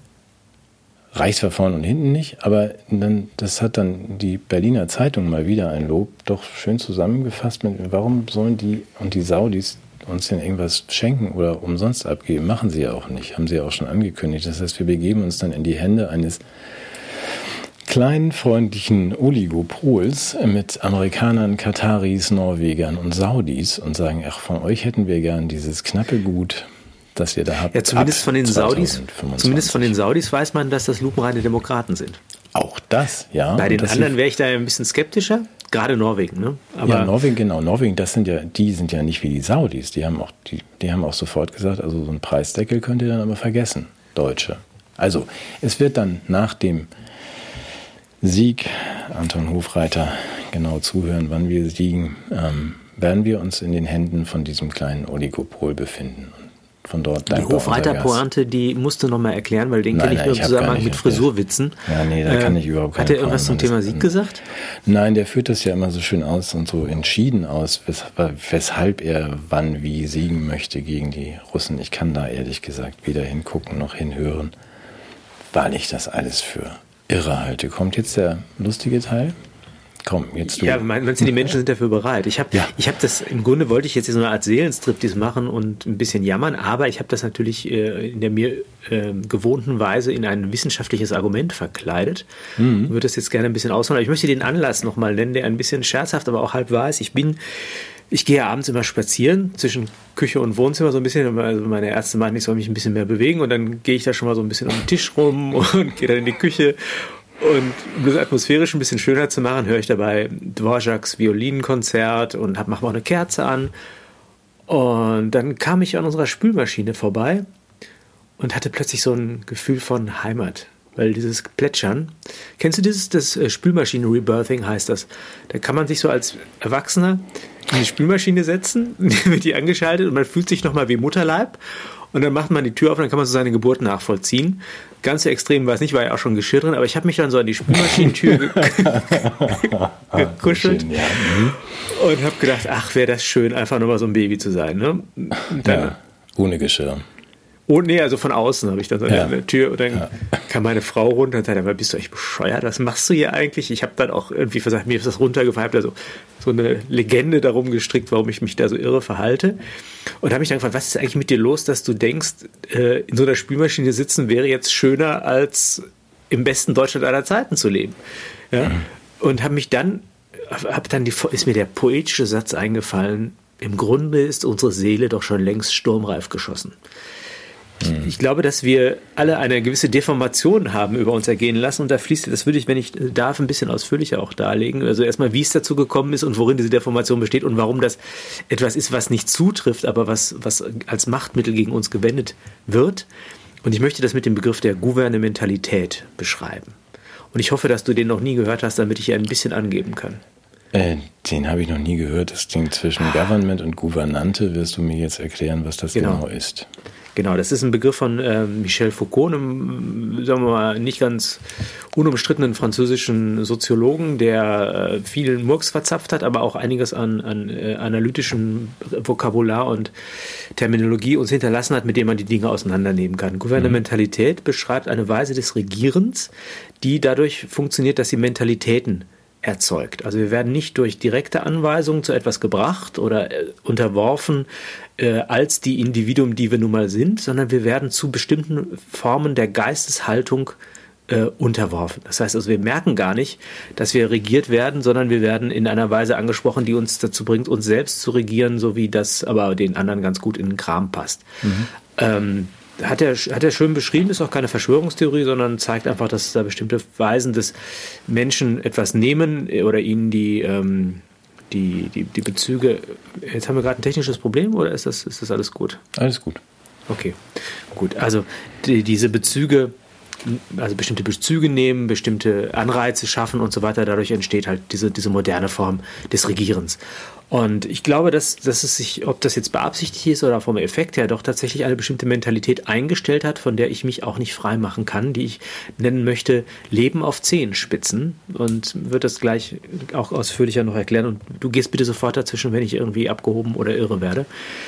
[SPEAKER 1] Reicht zwar vorne und hinten nicht, aber dann, das hat dann die Berliner Zeitung mal wieder ein Lob doch schön zusammengefasst mit, warum sollen die und die Saudis uns denn irgendwas schenken oder umsonst abgeben? Machen sie ja auch nicht, haben sie ja auch schon angekündigt. Das heißt, wir begeben uns dann in die Hände eines kleinen, freundlichen Oligopols mit Amerikanern, Kataris, Norwegern und Saudis und sagen, ach, von euch hätten wir gern dieses knappe Gut, das ihr da habt.
[SPEAKER 2] Ja, zumindest
[SPEAKER 1] ab
[SPEAKER 2] von den Saudis,
[SPEAKER 1] zweitausendfünfundzwanzig.
[SPEAKER 2] zumindest von den Saudis weiß man, dass das lupenreine Demokraten sind.
[SPEAKER 1] Auch das, ja.
[SPEAKER 2] Bei den
[SPEAKER 1] Und dass
[SPEAKER 2] anderen
[SPEAKER 1] sie-
[SPEAKER 2] wäre ich da ein bisschen skeptischer, gerade Norwegen, ne? Aber
[SPEAKER 1] ja, Norwegen, genau. Norwegen, das sind ja, die sind ja nicht wie die Saudis. Die haben auch, die, die haben auch sofort gesagt, also so einen Preisdeckel könnt ihr dann aber vergessen, Deutsche. Also, es wird dann nach dem Sieg, Anton Hofreiter, genau zuhören, wann wir siegen, ähm, werden wir uns in den Händen von diesem kleinen Oligopol befinden. Und von dort
[SPEAKER 2] die
[SPEAKER 1] dankbar unser Gas.
[SPEAKER 2] Hofreiter-Pointe, die musst du nochmal erklären, weil den
[SPEAKER 1] Nein,
[SPEAKER 2] kenne ich
[SPEAKER 1] nein,
[SPEAKER 2] nur
[SPEAKER 1] ich
[SPEAKER 2] im
[SPEAKER 1] hab gar
[SPEAKER 2] Zusammenhang
[SPEAKER 1] nicht
[SPEAKER 2] mit
[SPEAKER 1] erklärt.
[SPEAKER 2] Frisurwitzen.
[SPEAKER 1] Ja, nee, da kann ich überhaupt
[SPEAKER 2] Hat
[SPEAKER 1] keine
[SPEAKER 2] er irgendwas zum
[SPEAKER 1] Pointe.
[SPEAKER 2] Thema
[SPEAKER 1] Das-
[SPEAKER 2] Sieg gesagt?
[SPEAKER 1] Nein, der führt das ja immer so schön aus und so entschieden aus, wes weshalb er wann wie siegen möchte gegen die Russen. Ich kann da ehrlich gesagt weder hingucken noch hinhören, weil ich das alles für irre halte. Kommt jetzt der lustige Teil? Komm, jetzt du.
[SPEAKER 2] Ja, mein- meinst du, die Menschen sind dafür bereit? Ich habe
[SPEAKER 1] Ja.
[SPEAKER 2] ich hab das, im Grunde wollte ich jetzt so eine Art Seelenstriptease machen und ein bisschen jammern, aber ich habe das natürlich äh, in der mir äh, gewohnten Weise in ein wissenschaftliches Argument verkleidet.
[SPEAKER 1] Mhm.
[SPEAKER 2] Ich würde das jetzt gerne ein bisschen ausholen, aber ich möchte den Anlass nochmal nennen, der ein bisschen scherzhaft, aber auch halb wahr ist. Ich bin, ich gehe abends immer spazieren zwischen Küche und Wohnzimmer so ein bisschen. Also meine Ärzte meinen, ich soll mich ein bisschen mehr bewegen und dann gehe ich da schon mal so ein bisschen um den Tisch rum und gehe dann in die Küche. Und um das atmosphärisch ein bisschen schöner zu machen, höre ich dabei Dvořáks Violinkonzert und mache mal eine Kerze an. Und dann kam ich an unserer Spülmaschine vorbei und hatte plötzlich so ein Gefühl von Heimat. Weil dieses Plätschern, kennst du dieses, das äh, Spülmaschinen-Rebirthing heißt das. Da kann man sich so als Erwachsener in die Spülmaschine setzen, wird die angeschaltet und man fühlt sich nochmal wie Mutterleib. Und dann macht man die Tür auf und dann kann man so seine Geburt nachvollziehen. Ganz so extrem war es nicht, war ja auch schon Geschirr drin, aber ich habe mich dann so an die Spülmaschinentür ge gekuschelt
[SPEAKER 1] Schön, ja.
[SPEAKER 2] und habe gedacht, ach, wäre das schön, einfach nur mal so ein Baby zu sein. Ne? Und dann,
[SPEAKER 1] Ja, ohne Geschirr.
[SPEAKER 2] Oh, nee, also von außen habe ich dann so
[SPEAKER 1] Ja.
[SPEAKER 2] an der Tür und dann
[SPEAKER 1] Ja.
[SPEAKER 2] kam meine Frau runter und sagte, aber bist du echt bescheuert? Was machst du hier eigentlich? Ich habe dann auch irgendwie gesagt, mir ist das runtergefallen, habe da so, so eine Legende darum gestrickt, warum ich mich da so irre verhalte. Und habe mich dann gefragt, was ist eigentlich mit dir los, dass du denkst, äh, in so einer Spülmaschine sitzen wäre jetzt schöner, als im besten Deutschland aller Zeiten zu leben. Ja? Mhm. Und habe mich dann hab dann die, ist mir der poetische Satz eingefallen, im Grunde ist unsere Seele doch schon längst sturmreif geschossen. Mhm. Ich glaube, dass wir alle eine gewisse Deformation haben über uns ergehen lassen und da fließt, das würde ich, wenn ich darf, ein bisschen ausführlicher auch darlegen. Also erstmal, wie es dazu gekommen ist und worin diese Deformation besteht und warum das etwas ist, was nicht zutrifft, aber was, was als Machtmittel gegen uns gewendet wird. Und ich möchte das mit dem Begriff der Gouvernementalität beschreiben. Und ich hoffe, dass du den noch nie gehört hast, damit ich hier ein bisschen angeben kann.
[SPEAKER 1] Äh, den habe ich noch nie gehört. Das Ding zwischen ah. Government und Gouvernante. Wirst du mir jetzt erklären, was das genau, genau ist?
[SPEAKER 2] Genau, das ist ein Begriff von äh, Michel Foucault, einem, sagen wir mal, nicht ganz unumstrittenen französischen Soziologen, der äh, vielen Murks verzapft hat, aber auch einiges an, an äh, analytischen Vokabular und Terminologie uns hinterlassen hat, mit dem man die Dinge auseinandernehmen kann. Mhm. Gouvernementalität beschreibt eine Weise des Regierens, die dadurch funktioniert, dass sie Mentalitäten erzeugt. Also wir werden nicht durch direkte Anweisungen zu etwas gebracht oder äh, unterworfen äh, als die Individuen, die wir nun mal sind, sondern wir werden zu bestimmten Formen der Geisteshaltung äh, unterworfen. Das heißt also, wir merken gar nicht, dass wir regiert werden, sondern wir werden in einer Weise angesprochen, die uns dazu bringt, uns selbst zu regieren, so wie das aber den anderen ganz gut in den Kram passt. Mhm. Ähm, Hat er, hat er schön beschrieben, ist auch keine Verschwörungstheorie, sondern zeigt einfach, dass da bestimmte Weisen des Menschen etwas nehmen oder ihnen die, ähm, die, die, die Bezüge. Jetzt haben wir gerade ein technisches Problem oder ist das, ist das alles gut?
[SPEAKER 1] Alles gut.
[SPEAKER 2] Okay, gut. Also die, diese Bezüge, also bestimmte Bezüge nehmen, bestimmte Anreize schaffen und so weiter. Dadurch entsteht halt diese, diese moderne Form des Regierens. Und ich glaube, dass, dass es sich, ob das jetzt beabsichtigt ist oder vom Effekt her, doch tatsächlich eine bestimmte Mentalität eingestellt hat, von der ich mich auch nicht frei machen kann, die ich nennen möchte, Leben auf Zehenspitzen. Und wird das gleich auch ausführlicher noch erklären. Und du gehst bitte sofort dazwischen, wenn ich irgendwie abgehoben oder irre werde.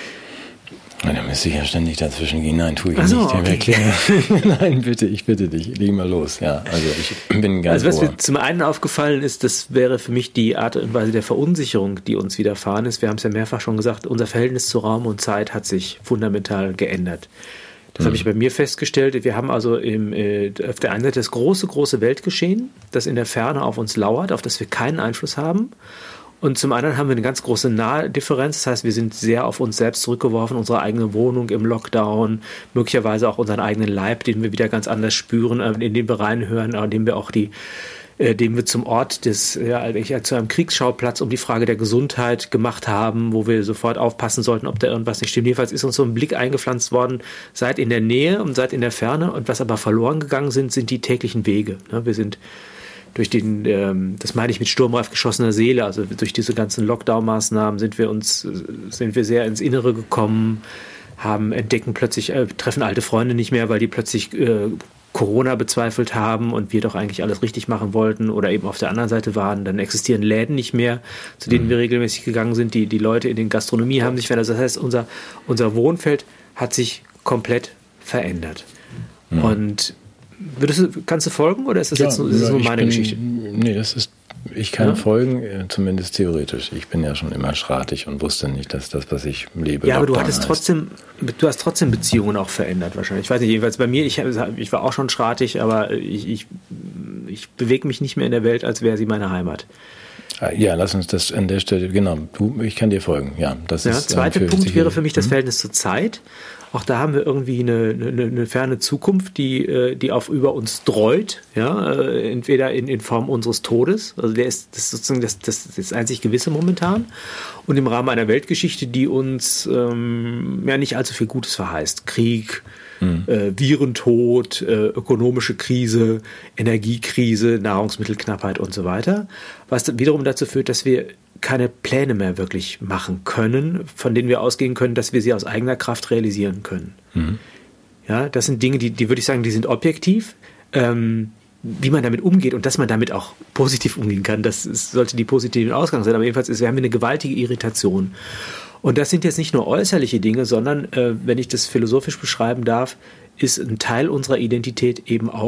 [SPEAKER 1] Na, da müsste ich ja ständig dazwischen gehen. Nein, tue ich
[SPEAKER 2] Ach so,
[SPEAKER 1] nicht.
[SPEAKER 2] Okay.
[SPEAKER 1] Erklären. Nein, bitte, ich bitte dich. Leg mal los. Ja, also ich bin ganz
[SPEAKER 2] Also was
[SPEAKER 1] ohr.
[SPEAKER 2] mir zum einen aufgefallen ist, das wäre für mich die Art und Weise der Verunsicherung, die uns widerfahren ist. Wir haben es ja mehrfach schon gesagt, unser Verhältnis zu Raum und Zeit hat sich fundamental geändert. Das hm. habe ich bei mir festgestellt. Wir haben also im, äh, auf der einen Seite das große, große Weltgeschehen, das in der Ferne auf uns lauert, auf das wir keinen Einfluss haben. Und zum anderen haben wir eine ganz große Nahdifferenz. Das heißt, wir sind sehr auf uns selbst zurückgeworfen, unsere eigene Wohnung im Lockdown, möglicherweise auch unseren eigenen Leib, den wir wieder ganz anders spüren, in den wir reinhören, in dem wir auch die, äh, den wir zum Ort des, ja, eigentlich zu einem Kriegsschauplatz um die Frage der Gesundheit gemacht haben, wo wir sofort aufpassen sollten, ob da irgendwas nicht stimmt. Jedenfalls ist uns so ein Blick eingepflanzt worden, seid in der Nähe und seid in der Ferne. Und was aber verloren gegangen sind, sind die täglichen Wege. Wir sind durch den, ähm, das meine ich mit sturmreif geschossener Seele, also durch diese ganzen Lockdown-Maßnahmen sind wir uns, sind wir sehr ins Innere gekommen, haben entdecken plötzlich, äh, treffen alte Freunde nicht mehr, weil die plötzlich äh, Corona bezweifelt haben und wir doch eigentlich alles richtig machen wollten oder eben auf der anderen Seite waren. Dann existieren Läden nicht mehr, zu denen mhm. wir regelmäßig gegangen sind. Die, die Leute in den Gastronomie haben sich verändert. Das heißt, unser, unser Wohnfeld hat sich komplett verändert. Mhm. Und Würdest du, kannst du folgen oder ist das ja, jetzt nur, ist das nur meine
[SPEAKER 1] bin,
[SPEAKER 2] Geschichte?
[SPEAKER 1] Nee, das ist, ich kann ja. folgen, zumindest theoretisch. Ich bin ja schon immer schratig und wusste nicht, dass das, was ich lebe,
[SPEAKER 2] ja, aber du hattest heißt. trotzdem, du hast trotzdem Beziehungen auch verändert wahrscheinlich. Ich weiß nicht, jedenfalls bei mir, ich, ich war auch schon schratig, aber ich, ich, ich bewege mich nicht mehr in der Welt, als wäre sie meine Heimat.
[SPEAKER 1] Ja, lass uns das an der Stelle, genau, du, ich kann dir folgen. Ja, das
[SPEAKER 2] ja,
[SPEAKER 1] ist.
[SPEAKER 2] Zweiter ähm, Punkt wäre für mich das Verhältnis zur Zeit. Auch da haben wir irgendwie eine, eine, eine ferne Zukunft, die, die auf über uns dreut, ja, entweder in, in Form unseres Todes, also der ist, das ist sozusagen das, das, das einzig Gewisse momentan, und im Rahmen einer Weltgeschichte, die uns ähm, ja nicht allzu viel Gutes verheißt. Krieg, mhm. äh, Virentod, äh, ökonomische Krise, Energiekrise, Nahrungsmittelknappheit und so weiter, was wiederum dazu führt, dass wir keine Pläne mehr wirklich machen können, von denen wir ausgehen können, dass wir sie aus eigener Kraft realisieren können. Mhm. Ja, das sind Dinge, die, die würde ich sagen, die sind objektiv. Ähm, wie man damit umgeht und dass man damit auch positiv umgehen kann, das ist, sollte die positive Ausgang sein. Aber jedenfalls ist, wir haben eine gewaltige Irritation. Und das sind jetzt nicht nur äußerliche Dinge, sondern, äh, wenn ich das philosophisch beschreiben darf, ist ein Teil unserer Identität eben auch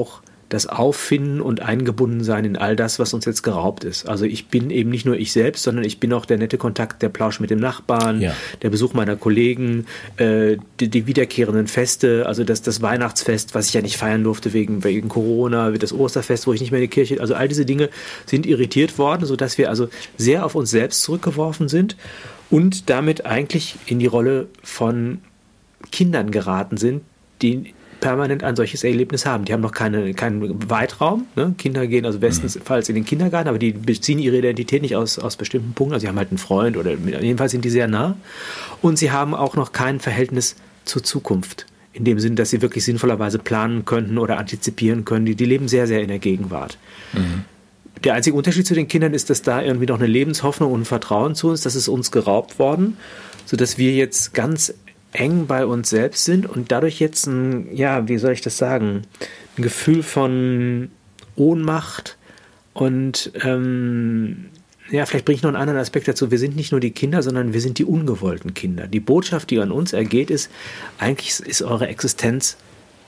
[SPEAKER 2] das Auffinden und Eingebundensein in all das, was uns jetzt geraubt ist. Also ich bin eben nicht nur ich selbst, sondern ich bin auch der nette Kontakt, der Plausch mit dem Nachbarn, ja. der Besuch meiner Kollegen, äh, die, die wiederkehrenden Feste, also das, das Weihnachtsfest, was ich ja nicht feiern durfte wegen, wegen Corona, das Osterfest, wo ich nicht mehr in die Kirche, also all diese Dinge sind irritiert worden, sodass wir also sehr auf uns selbst zurückgeworfen sind und damit eigentlich in die Rolle von Kindern geraten sind, die permanent ein solches Erlebnis haben. Die haben noch keine, keinen Weitraum. Ne? Kinder gehen also bestenfalls in den Kindergarten, aber die beziehen ihre Identität nicht aus, aus bestimmten Punkten. Also sie haben halt einen Freund oder jedenfalls sind die sehr nah. Und sie haben auch noch kein Verhältnis zur Zukunft. In dem Sinn, dass sie wirklich sinnvollerweise planen könnten oder antizipieren können. Die, die leben sehr, sehr in der Gegenwart. Mhm. Der einzige Unterschied zu den Kindern ist, dass da irgendwie noch eine Lebenshoffnung und ein Vertrauen zu uns, das ist uns geraubt worden, sodass wir jetzt ganz eng bei uns selbst sind und dadurch jetzt ein, ja, wie soll ich das sagen, ein Gefühl von Ohnmacht und ähm, ja, vielleicht bringe ich noch einen anderen Aspekt dazu. Wir sind nicht nur die Kinder, sondern wir sind die ungewollten Kinder. Die Botschaft, die an uns ergeht, ist, eigentlich ist eure Existenz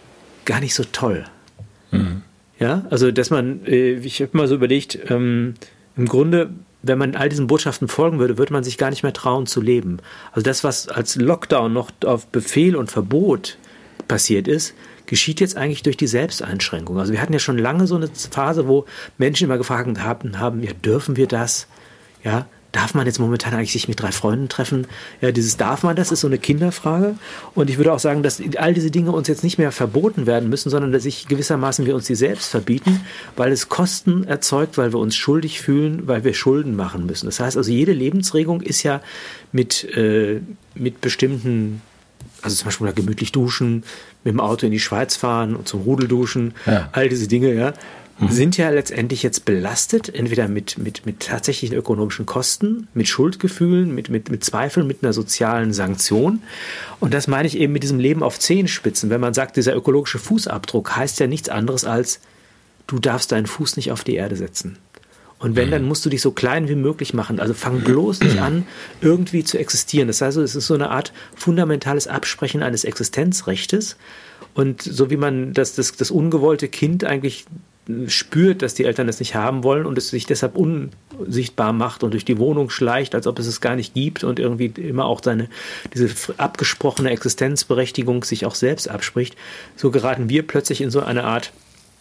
[SPEAKER 2] gar nicht so toll. Mhm. Ja, also dass man, äh, ich habe mal so überlegt, ähm, im Grunde, wenn man all diesen Botschaften folgen würde, würde man sich gar nicht mehr trauen zu leben. Also das, was als Lockdown noch auf Befehl und Verbot passiert ist, geschieht jetzt eigentlich durch die Selbsteinschränkung. Also wir hatten ja schon lange so eine Phase, wo Menschen immer gefragt haben, haben ja, dürfen wir das? Ja, darf man jetzt momentan eigentlich sich mit drei Freunden treffen? Ja, dieses darf man, das ist so eine Kinderfrage. Und ich würde auch sagen, dass all diese Dinge uns jetzt nicht mehr verboten werden müssen, sondern dass sich gewissermaßen wir uns die selbst verbieten, weil es Kosten erzeugt, weil wir uns schuldig fühlen, weil wir Schulden machen müssen. Das heißt also, jede Lebensregung ist ja mit, äh, mit bestimmten, also zum Beispiel gemütlich duschen, mit dem Auto in die Schweiz fahren und zum Rudelduschen, ja. all diese Dinge, ja. sind ja letztendlich jetzt belastet, entweder mit, mit, mit tatsächlichen ökonomischen Kosten, mit Schuldgefühlen, mit, mit, mit Zweifeln, mit einer sozialen Sanktion. Und das meine ich eben mit diesem Leben auf Zehenspitzen. Wenn man sagt, dieser ökologische Fußabdruck heißt ja nichts anderes als, du darfst deinen Fuß nicht auf die Erde setzen. Und wenn, dann musst du dich so klein wie möglich machen. Also fang bloß nicht an, irgendwie zu existieren. Das heißt, es ist so eine Art fundamentales Absprechen eines Existenzrechtes. Und so wie man das, das, das ungewollte Kind eigentlich spürt, dass die Eltern es nicht haben wollen und es sich deshalb unsichtbar macht und durch die Wohnung schleicht, als ob es es gar nicht gibt und irgendwie immer auch seine, diese abgesprochene Existenzberechtigung sich auch selbst abspricht, so geraten wir plötzlich in so eine Art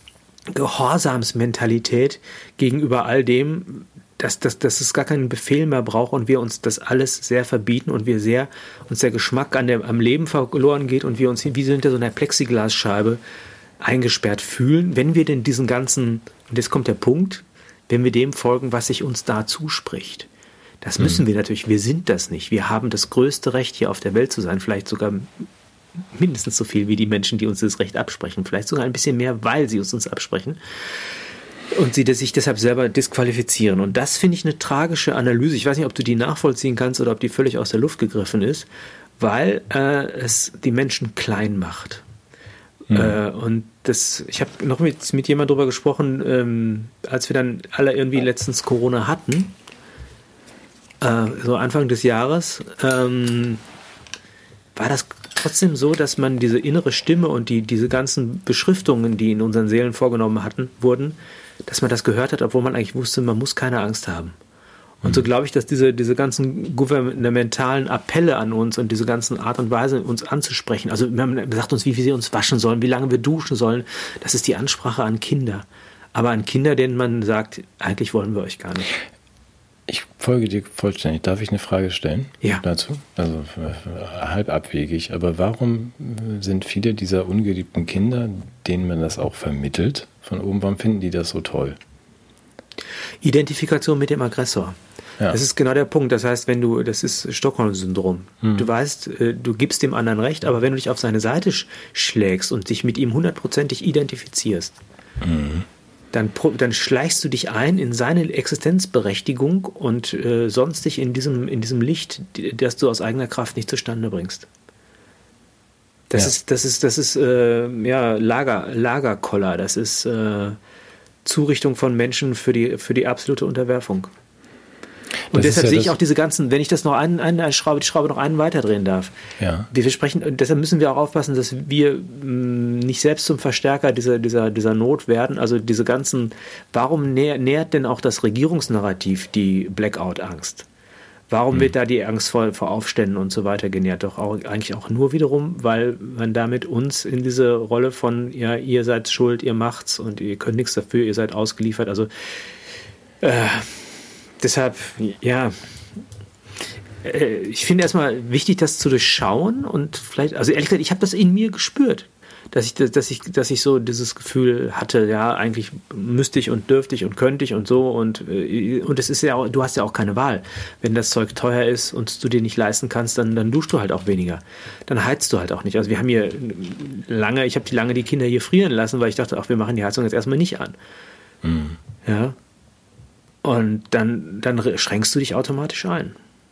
[SPEAKER 2] Gehorsamsmentalität gegenüber all dem, dass, dass, dass es gar keinen Befehl mehr braucht und wir uns das alles sehr verbieten und wir sehr, uns der Geschmack an der, am Leben verloren geht und wir uns wie so hinter so einer Plexiglasscheibe eingesperrt fühlen, wenn wir denn diesen ganzen, und jetzt kommt der Punkt, wenn wir dem folgen, was sich uns da zuspricht. Das müssen mhm. wir natürlich, wir sind das nicht. Wir haben das größte Recht, hier auf der Welt zu sein, vielleicht sogar mindestens so viel wie die Menschen, die uns das Recht absprechen, vielleicht sogar ein bisschen mehr, weil sie uns uns absprechen und sie sich deshalb selber disqualifizieren. Und das finde ich eine tragische Analyse. Ich weiß nicht, ob du die nachvollziehen kannst oder ob die völlig aus der Luft gegriffen ist, weil äh, es die Menschen klein macht. Mhm. Äh, und das, ich habe noch mit, mit jemandem drüber gesprochen, ähm, als wir dann alle irgendwie letztens Corona hatten, äh, so Anfang des Jahres, ähm, war das trotzdem so, dass man diese innere Stimme und die, diese ganzen Beschriftungen, die in unseren Seelen vorgenommen hatten, wurden, dass man das gehört hat, obwohl man eigentlich wusste, man muss keine Angst haben. Und so glaube ich, dass diese, diese ganzen gouvernementalen Appelle an uns und diese ganzen Art und Weise, uns anzusprechen, also man sagt uns, wie wir uns waschen sollen, wie lange wir duschen sollen, das ist die Ansprache an Kinder. Aber an Kinder, denen man sagt, eigentlich wollen wir euch gar nicht.
[SPEAKER 1] Ich folge dir vollständig. Darf ich eine Frage stellen?
[SPEAKER 2] Ja.
[SPEAKER 1] Dazu? Also halb abwegig. Aber warum sind viele dieser ungeliebten Kinder, denen man das auch vermittelt, von oben, warum finden die das so toll?
[SPEAKER 2] Identifikation mit dem Aggressor. Ja. Das ist genau der Punkt. Das heißt, wenn du, das ist Stockholm-Syndrom. Mhm. Du weißt, du gibst dem anderen Recht, aber wenn du dich auf seine Seite schlägst und dich mit ihm hundertprozentig identifizierst, mhm. dann, dann schleichst du dich ein in seine Existenzberechtigung und äh, sonst dich in diesem, in diesem Licht, das du aus eigener Kraft nicht zustande bringst. Das ja. ist, das ist, das ist äh, ja, Lager, Lagerkoller, das ist äh, Zurichtung von Menschen für die, für die absolute Unterwerfung. Und deshalb ja sehe ich auch diese ganzen, wenn ich das noch einen, eine Schraube, die Schraube noch einen weiterdrehen darf.
[SPEAKER 1] Ja.
[SPEAKER 2] Wir sprechen, und deshalb müssen wir auch aufpassen, dass wir mh, nicht selbst zum Verstärker dieser, dieser, dieser Not werden. Also diese ganzen, warum nährt, nährt denn auch das Regierungsnarrativ die Blackout-Angst? Warum hm. wird da die Angst vor, vor Aufständen und so weiter genährt? Doch auch, eigentlich auch nur wiederum, weil man damit uns in diese Rolle von, ja, ihr seid schuld, ihr macht's und ihr könnt nichts dafür, ihr seid ausgeliefert. Also äh, deshalb, ja, äh, ich finde erstmal wichtig, das zu durchschauen und vielleicht, also ehrlich gesagt, ich habe das in mir gespürt. Dass ich, dass ich, dass ich so dieses Gefühl hatte, ja, eigentlich müsste ich und dürfte ich und könnte ich und so und, und es ist ja auch, du hast ja auch keine Wahl. Wenn das Zeug teuer ist und du dir nicht leisten kannst, dann, dann duschst du halt auch weniger. Dann heizt du halt auch nicht. Also wir haben hier lange, ich habe die lange die Kinder hier frieren lassen, weil ich dachte, ach, wir machen die Heizung jetzt erstmal nicht an. Mhm. Ja. Und dann, dann schränkst du dich automatisch ein.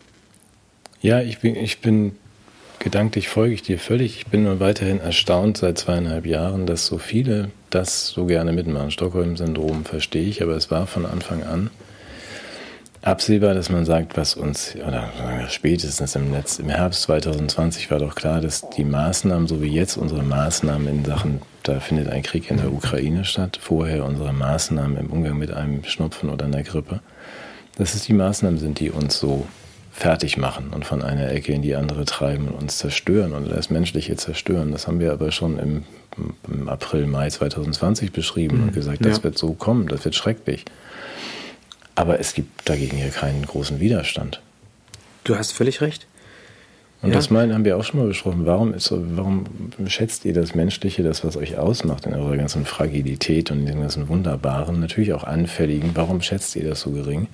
[SPEAKER 1] Ja, ich bin, ich bin gedanklich folge ich dir völlig. Ich bin nur weiterhin erstaunt seit zweieinhalb Jahren, dass so viele das so gerne mitmachen. Stockholm-Syndrom verstehe ich, aber es war von Anfang an absehbar, dass man sagt, was uns, oder spätestens im, Netz, im Herbst zwanzig zwanzig war doch klar, dass die Maßnahmen, so wie jetzt unsere Maßnahmen in Sachen, da findet ein Krieg in der Ukraine statt, vorher unsere Maßnahmen im Umgang mit einem Schnupfen oder einer Grippe, dass es die Maßnahmen sind, die uns so fertig machen und von einer Ecke in die andere treiben und uns zerstören und das Menschliche zerstören. Das haben wir aber schon im, im April, Mai zwanzig zwanzig beschrieben mhm. und gesagt, das ja. wird so kommen, das wird schrecklich. Aber es gibt dagegen hier keinen großen Widerstand.
[SPEAKER 2] Du hast völlig recht.
[SPEAKER 1] Und ja. das meinen haben wir auch schon mal besprochen. Warum, ist, warum schätzt ihr das Menschliche, das, was euch ausmacht in eurer ganzen Fragilität und in dem ganzen Wunderbaren, natürlich auch Anfälligen, warum schätzt ihr das so gering?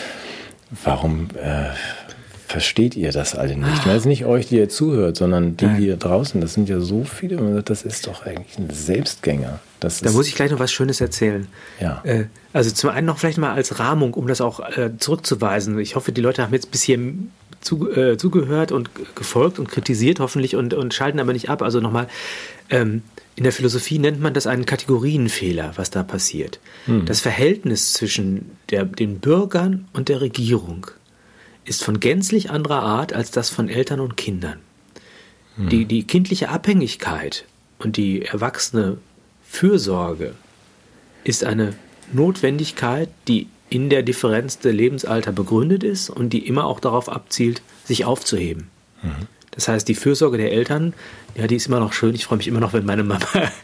[SPEAKER 1] Warum äh, versteht ihr das alle nicht? Weil es nicht euch, die ihr zuhört, sondern die, die hier draußen, das sind ja so viele, man sagt, das ist doch eigentlich ein Selbstgänger. Das
[SPEAKER 2] da
[SPEAKER 1] ist,
[SPEAKER 2] muss ich gleich noch was Schönes erzählen.
[SPEAKER 1] Ja.
[SPEAKER 2] Äh, also zum einen noch vielleicht mal als Rahmung, um das auch äh, zurückzuweisen. Ich hoffe, die Leute haben jetzt bis hier zu, äh, zugehört und gefolgt und kritisiert hoffentlich und, und schalten aber nicht ab. Also nochmal, ähm, in der Philosophie nennt man das einen Kategorienfehler, was da passiert. Hm. Das Verhältnis zwischen der, den Bürgern und der Regierung ist von gänzlich anderer Art als das von Eltern und Kindern. Hm. Die, die kindliche Abhängigkeit und die erwachsene Fürsorge ist eine Notwendigkeit, die in der Differenz der Lebensalter begründet ist und die immer auch darauf abzielt, sich aufzuheben. Mhm. Das heißt, die Fürsorge der Eltern, ja, die ist immer noch schön. Ich freue mich immer noch, wenn meine Mama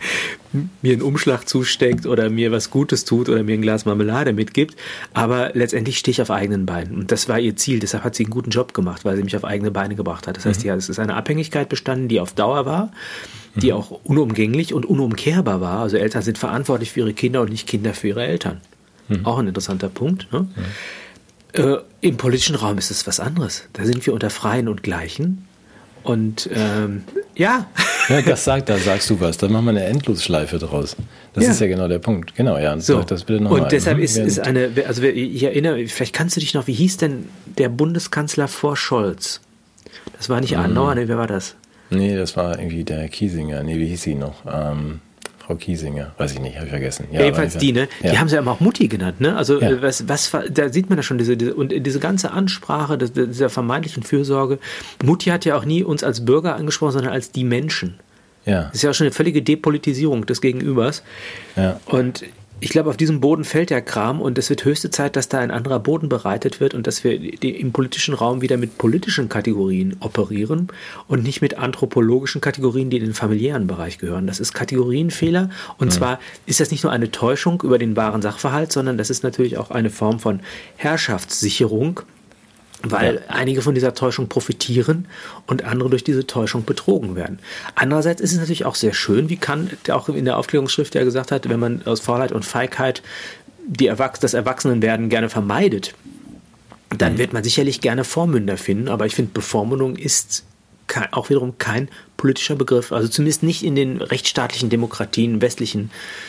[SPEAKER 2] mir einen Umschlag zusteckt oder mir was Gutes tut oder mir ein Glas Marmelade mitgibt. Aber letztendlich stehe ich auf eigenen Beinen. Und das war ihr Ziel. Deshalb hat sie einen guten Job gemacht, weil sie mich auf eigene Beine gebracht hat. Das heißt, mhm. ja, es ist eine Abhängigkeit bestanden, die auf Dauer war, die mhm. auch unumgänglich und unumkehrbar war. Also Eltern sind verantwortlich für ihre Kinder und nicht Kinder für ihre Eltern. Mhm. Auch ein interessanter Punkt. Ne? Mhm. Äh, im politischen Raum ist es was anderes. Da sind wir unter Freien und Gleichen. Und ähm, ja.
[SPEAKER 1] ja, das sagt, da sagst du was. Da machen wir eine Endlosschleife draus. Das ja. ist ja genau der Punkt. Genau, ja.
[SPEAKER 2] So.
[SPEAKER 1] Sag das bitte nochmal.
[SPEAKER 2] Und deshalb ist, ist eine, also ich erinnere, vielleicht kannst du dich noch, wie hieß denn der Bundeskanzler vor Scholz? Das war nicht mhm. Adenauer, ne, wer war das?
[SPEAKER 1] Nee, das war irgendwie der Kiesinger. Nee, wie hieß sie noch? Ähm, Frau Kiesinger, weiß ich nicht, habe ich vergessen.
[SPEAKER 2] Ja, jedenfalls die, ne? Die ja. haben sie ja immer auch Mutti genannt, ne? Also ja. was, was, da sieht man ja schon diese, diese und diese ganze Ansprache das, dieser vermeintlichen Fürsorge. Mutti hat ja auch nie uns als Bürger angesprochen, sondern als die Menschen.
[SPEAKER 1] Ja.
[SPEAKER 2] Das ist ja auch schon eine völlige Depolitisierung des Gegenübers.
[SPEAKER 1] Ja.
[SPEAKER 2] Und ich glaube, auf diesem Boden fällt der Kram und es wird höchste Zeit, dass da ein anderer Boden bereitet wird und dass wir die, im politischen Raum wieder mit politischen Kategorien operieren und nicht mit anthropologischen Kategorien, die in den familiären Bereich gehören. Das ist Kategorienfehler und mhm. zwar ist das nicht nur eine Täuschung über den wahren Sachverhalt, sondern das ist natürlich auch eine Form von Herrschaftssicherung, weil ja. einige von dieser Täuschung profitieren und andere durch diese Täuschung betrogen werden. Andererseits ist es natürlich auch sehr schön, wie Kant auch in der Aufklärungsschrift ja gesagt hat, wenn man aus Faulheit und Feigheit die Erwachs- das Erwachsenenwerden gerne vermeidet, dann mhm. wird man sicherlich gerne Vormünder finden, aber ich finde, Bevormundung ist kein, auch wiederum kein politischer Begriff, also zumindest nicht in den rechtsstaatlichen Demokratien westlichen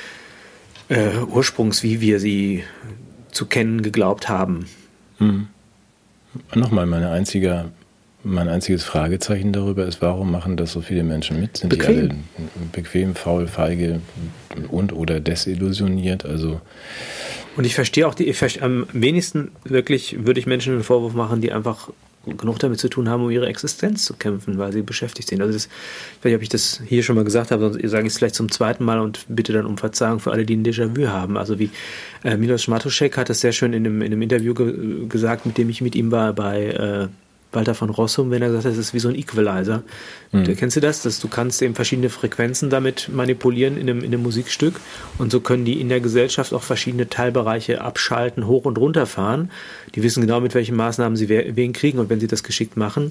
[SPEAKER 2] äh, Ursprungs, wie wir sie zu kennen geglaubt haben.
[SPEAKER 1] Mhm. Nochmal, meine einzige, mein einziges Fragezeichen darüber ist, warum machen das so viele Menschen mit? Sind bequem. die alle bequem, faul, feige und oder desillusioniert? Also
[SPEAKER 2] Und ich verstehe auch, die, ich verstehe, am wenigsten wirklich würde ich Menschen einen Vorwurf machen, die einfach genug damit zu tun haben, um ihre Existenz zu kämpfen, weil sie beschäftigt sind. Also das, ich weiß nicht, ob ich das hier schon mal gesagt habe, sonst sage ich es vielleicht zum zweiten Mal und bitte dann um Verzeihung für alle, die ein Déjà-vu haben. Also wie äh, Milos Matuszek hat das sehr schön in einem, in einem Interview ge- gesagt, mit dem ich mit ihm war bei äh, Walter von Rossum, wenn er gesagt hat, das ist wie so ein Equalizer. Mhm. Kennst du das? Dass du kannst eben verschiedene Frequenzen damit manipulieren in einem, in einem Musikstück und so können die in der Gesellschaft auch verschiedene Teilbereiche abschalten, hoch und runter fahren. Die wissen genau, mit welchen Maßnahmen sie wen kriegen und wenn sie das geschickt machen,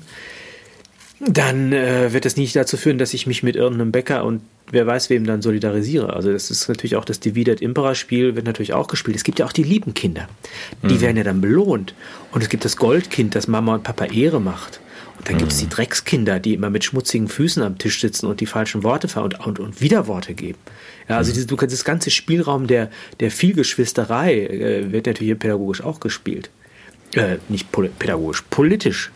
[SPEAKER 2] dann äh, wird das nicht dazu führen, dass ich mich mit irgendeinem Bäcker und wer weiß wem dann solidarisiere. Also das ist natürlich auch das Divide et Impera Spiel, wird natürlich auch gespielt. Es gibt ja auch die lieben Kinder. Die mhm. werden ja dann belohnt. Und es gibt das Goldkind, das Mama und Papa Ehre macht. Und dann mhm. gibt es die Dreckskinder, die immer mit schmutzigen Füßen am Tisch sitzen und die falschen Worte ver- und, und, und Widerworte geben. Ja, also mhm. diese, du kannst das ganze Spielraum der, der Vielgeschwisterei äh, wird natürlich hier pädagogisch auch gespielt. Äh, nicht pol- pädagogisch, politisch.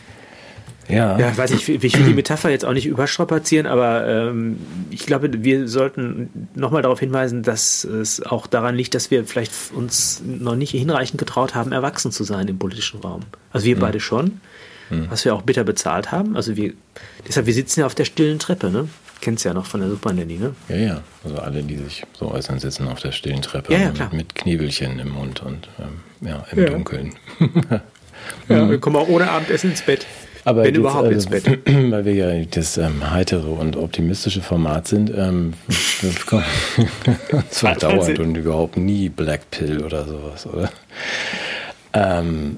[SPEAKER 2] Ja. ja, weiß ich, ich will die Metapher jetzt auch nicht überstrapazieren, aber ähm, ich glaube, wir sollten nochmal darauf hinweisen, dass es auch daran liegt, dass wir vielleicht uns noch nicht hinreichend getraut haben, erwachsen zu sein im politischen Raum. Also wir mhm. beide schon, mhm. was wir auch bitter bezahlt haben. Also wir, deshalb, wir sitzen ja auf der stillen Treppe, ne? Kennst ja noch von der Super Nanny, ne?
[SPEAKER 1] Ja, ja. Also alle, die sich so äußern, sitzen auf der stillen Treppe
[SPEAKER 2] ja, ja,
[SPEAKER 1] mit, mit Knebelchen im Mund und ähm, ja, im
[SPEAKER 2] ja.
[SPEAKER 1] Dunkeln.
[SPEAKER 2] Ja, wir kommen auch ohne Abendessen ins Bett.
[SPEAKER 1] Aber
[SPEAKER 2] wenn
[SPEAKER 1] jetzt,
[SPEAKER 2] überhaupt
[SPEAKER 1] also,
[SPEAKER 2] ins Bett.
[SPEAKER 1] Weil wir ja das ähm, heitere und optimistische Format sind, ähm, das war dauernd und überhaupt nie Black Pill oder sowas, oder? Ähm,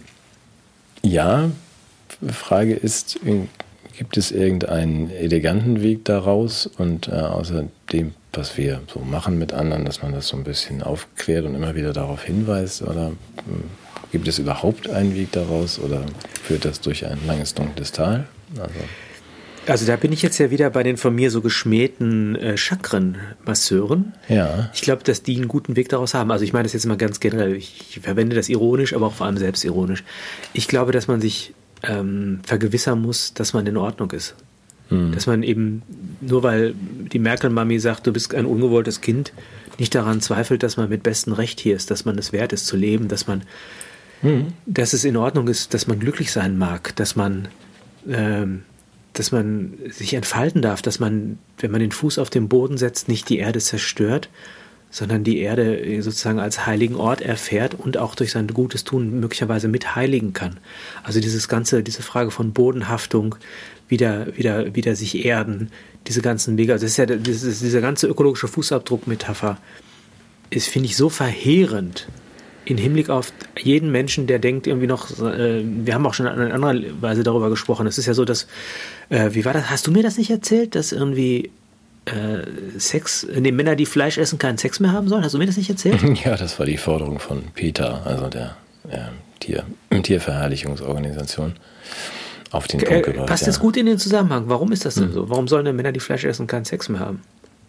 [SPEAKER 1] ja, Frage ist, gibt es irgendeinen eleganten Weg daraus und äh, außer dem, was wir so machen mit anderen, dass man das so ein bisschen aufklärt und immer wieder darauf hinweist, oder gibt es überhaupt einen Weg daraus oder führt das durch ein langes, dunkles Tal? Also,
[SPEAKER 2] also da bin ich jetzt ja wieder bei den von mir so geschmähten äh, Chakren-Masseuren.
[SPEAKER 1] Ja.
[SPEAKER 2] Ich glaube, dass die einen guten Weg daraus haben. Also ich meine das jetzt mal ganz generell. Ich verwende das ironisch, aber auch vor allem selbstironisch. Ich glaube, dass man sich ähm, vergewissern muss, dass man in Ordnung ist. Hm. Dass man eben, nur weil die Merkel-Mami sagt, du bist ein ungewolltes Kind, nicht daran zweifelt, dass man mit bestem Recht hier ist, dass man es wert ist zu leben, dass man Mhm. dass es in Ordnung ist, dass man glücklich sein mag, dass man, ähm, dass man sich entfalten darf, dass man, wenn man den Fuß auf den Boden setzt, nicht die Erde zerstört, sondern die Erde sozusagen als heiligen Ort erfährt und auch durch sein gutes Tun möglicherweise mitheiligen kann. Also dieses ganze, diese Frage von Bodenhaftung, wieder, wieder, wieder sich erden, diese ganzen Wege, also das ist ja dieses, dieser ganze ökologische Fußabdruck-Metapher ist, finde ich, so verheerend im Hinblick auf jeden Menschen, der denkt irgendwie noch, äh, wir haben auch schon in anderer Weise darüber gesprochen, es ist ja so, dass, äh, wie war das, hast du mir das nicht erzählt, dass irgendwie äh, Sex, nee, Männer, die Fleisch essen, keinen Sex mehr haben sollen? Hast du mir das nicht erzählt?
[SPEAKER 1] Ja, das war die Forderung von PETA, also der äh, Tier, Tierverherrlichungsorganisation, auf den Punkt gebracht.
[SPEAKER 2] Passt das ja gut in den Zusammenhang? Warum ist das denn hm. so? Warum sollen denn Männer, die Fleisch essen, keinen Sex mehr haben?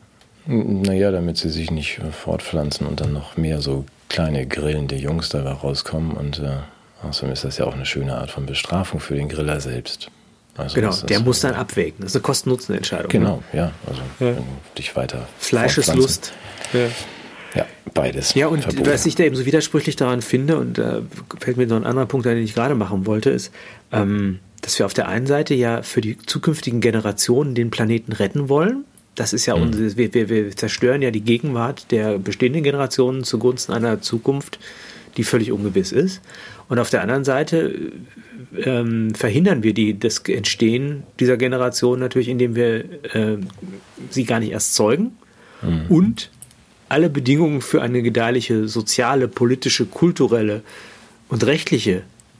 [SPEAKER 1] Naja, damit sie sich nicht fortpflanzen und dann noch mehr so kleine grillende Jungs dabei rauskommen und äh, außerdem ist das ja auch eine schöne Art von Bestrafung für den Griller selbst. Also
[SPEAKER 2] genau, der muss dann abwägen. Das ist eine Kosten-Nutzen-Entscheidung.
[SPEAKER 1] Genau,
[SPEAKER 2] ne?
[SPEAKER 1] ja. Also ja. wenn du dich weiter
[SPEAKER 2] Fleisch ist Lust.
[SPEAKER 1] Ja. ja, beides.
[SPEAKER 2] Ja, und verboten. Was ich da eben so widersprüchlich daran finde, und da fällt mir noch ein anderer Punkt ein, den ich gerade machen wollte, ist, ähm, dass wir auf der einen Seite ja für die zukünftigen Generationen den Planeten retten wollen. Das ist ja, mhm. unsere, wir, wir, wir zerstören ja die Gegenwart der bestehenden Generationen zugunsten einer Zukunft, die völlig ungewiss ist. Und auf der anderen Seite ähm, verhindern wir die, das Entstehen dieser Generation natürlich, indem wir äh, sie gar nicht erst zeugen mhm. und alle Bedingungen für eine gedeihliche soziale, politische, kulturelle und rechtliche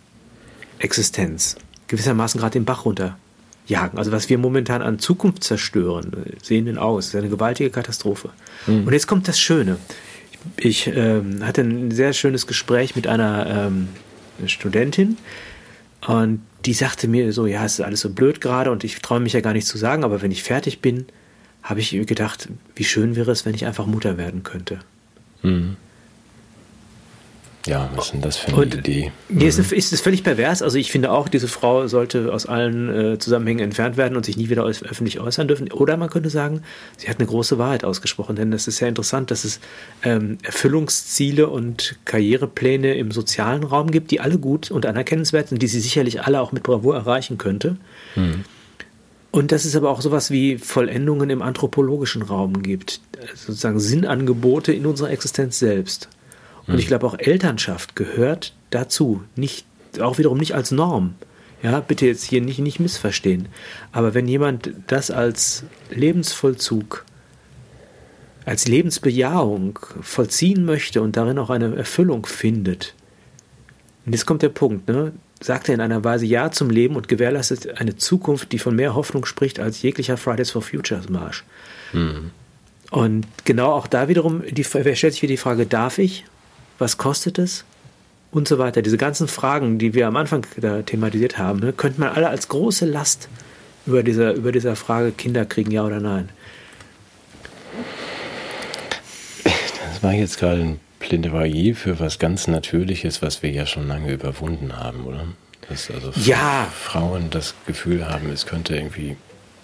[SPEAKER 2] Existenz gewissermaßen gerade den Bach runter jagen. Also was wir momentan an Zukunft zerstören, sehen wir aus. Das ist eine gewaltige Katastrophe. Mhm. Und jetzt kommt das Schöne. Ich, ich ähm, hatte ein sehr schönes Gespräch mit einer ähm, Studentin und die sagte mir so, ja, es ist alles so blöd gerade und ich traue mich ja gar nicht zu sagen, aber wenn ich fertig bin, habe ich gedacht, wie schön wäre es, wenn ich einfach Mutter werden könnte. Mhm.
[SPEAKER 1] Ja, was ist denn das für eine
[SPEAKER 2] und,
[SPEAKER 1] Idee?
[SPEAKER 2] Nee, mhm. ist, ist es völlig pervers. Also ich finde auch, diese Frau sollte aus allen äh, Zusammenhängen entfernt werden und sich nie wieder öffentlich äußern dürfen. Oder man könnte sagen, sie hat eine große Wahrheit ausgesprochen. Denn das ist ja interessant, dass es ähm, Erfüllungsziele und Karrierepläne im sozialen Raum gibt, die alle gut und anerkennenswert sind, die sie sicherlich alle auch mit Bravour erreichen könnte. Mhm. Und dass es aber auch sowas wie Vollendungen im anthropologischen Raum gibt. Sozusagen Sinnangebote in unserer Existenz selbst. Und ich glaube, auch Elternschaft gehört dazu. Nicht, auch wiederum nicht als Norm. Ja, bitte jetzt hier nicht, nicht missverstehen. Aber wenn jemand das als Lebensvollzug, als Lebensbejahung vollziehen möchte und darin auch eine Erfüllung findet, und jetzt kommt der Punkt, ne? Sagt er in einer Weise Ja zum Leben und gewährleistet eine Zukunft, die von mehr Hoffnung spricht als jeglicher Fridays for Futures Marsch. Mhm. Und genau auch da wiederum, die, stellt sich wieder die Frage, darf ich? Was kostet es? Und so weiter. Diese ganzen Fragen, die wir am Anfang da thematisiert haben, ne, könnte man alle als große Last über dieser, über dieser Frage Kinder kriegen, ja oder nein.
[SPEAKER 1] Das war jetzt gerade ein Plädoyer für was ganz Natürliches, was wir ja schon lange überwunden haben, oder? Dass also
[SPEAKER 2] ja.
[SPEAKER 1] Frauen das Gefühl haben, es könnte irgendwie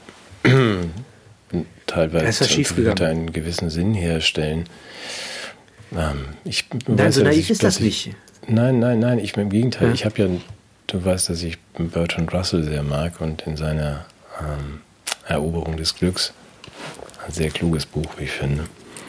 [SPEAKER 1] teilweise könnte einen gewissen Sinn herstellen. Ähm, ich
[SPEAKER 2] nein,
[SPEAKER 1] weiß,
[SPEAKER 2] so naiv
[SPEAKER 1] ich,
[SPEAKER 2] ist das
[SPEAKER 1] ich,
[SPEAKER 2] nicht.
[SPEAKER 1] Nein, nein, nein, ich im Gegenteil. Ja. Ich habe ja, du weißt, dass ich Bertrand Russell sehr mag und in seiner ähm, Eroberung des Glücks, ein sehr kluges Buch, wie ich finde,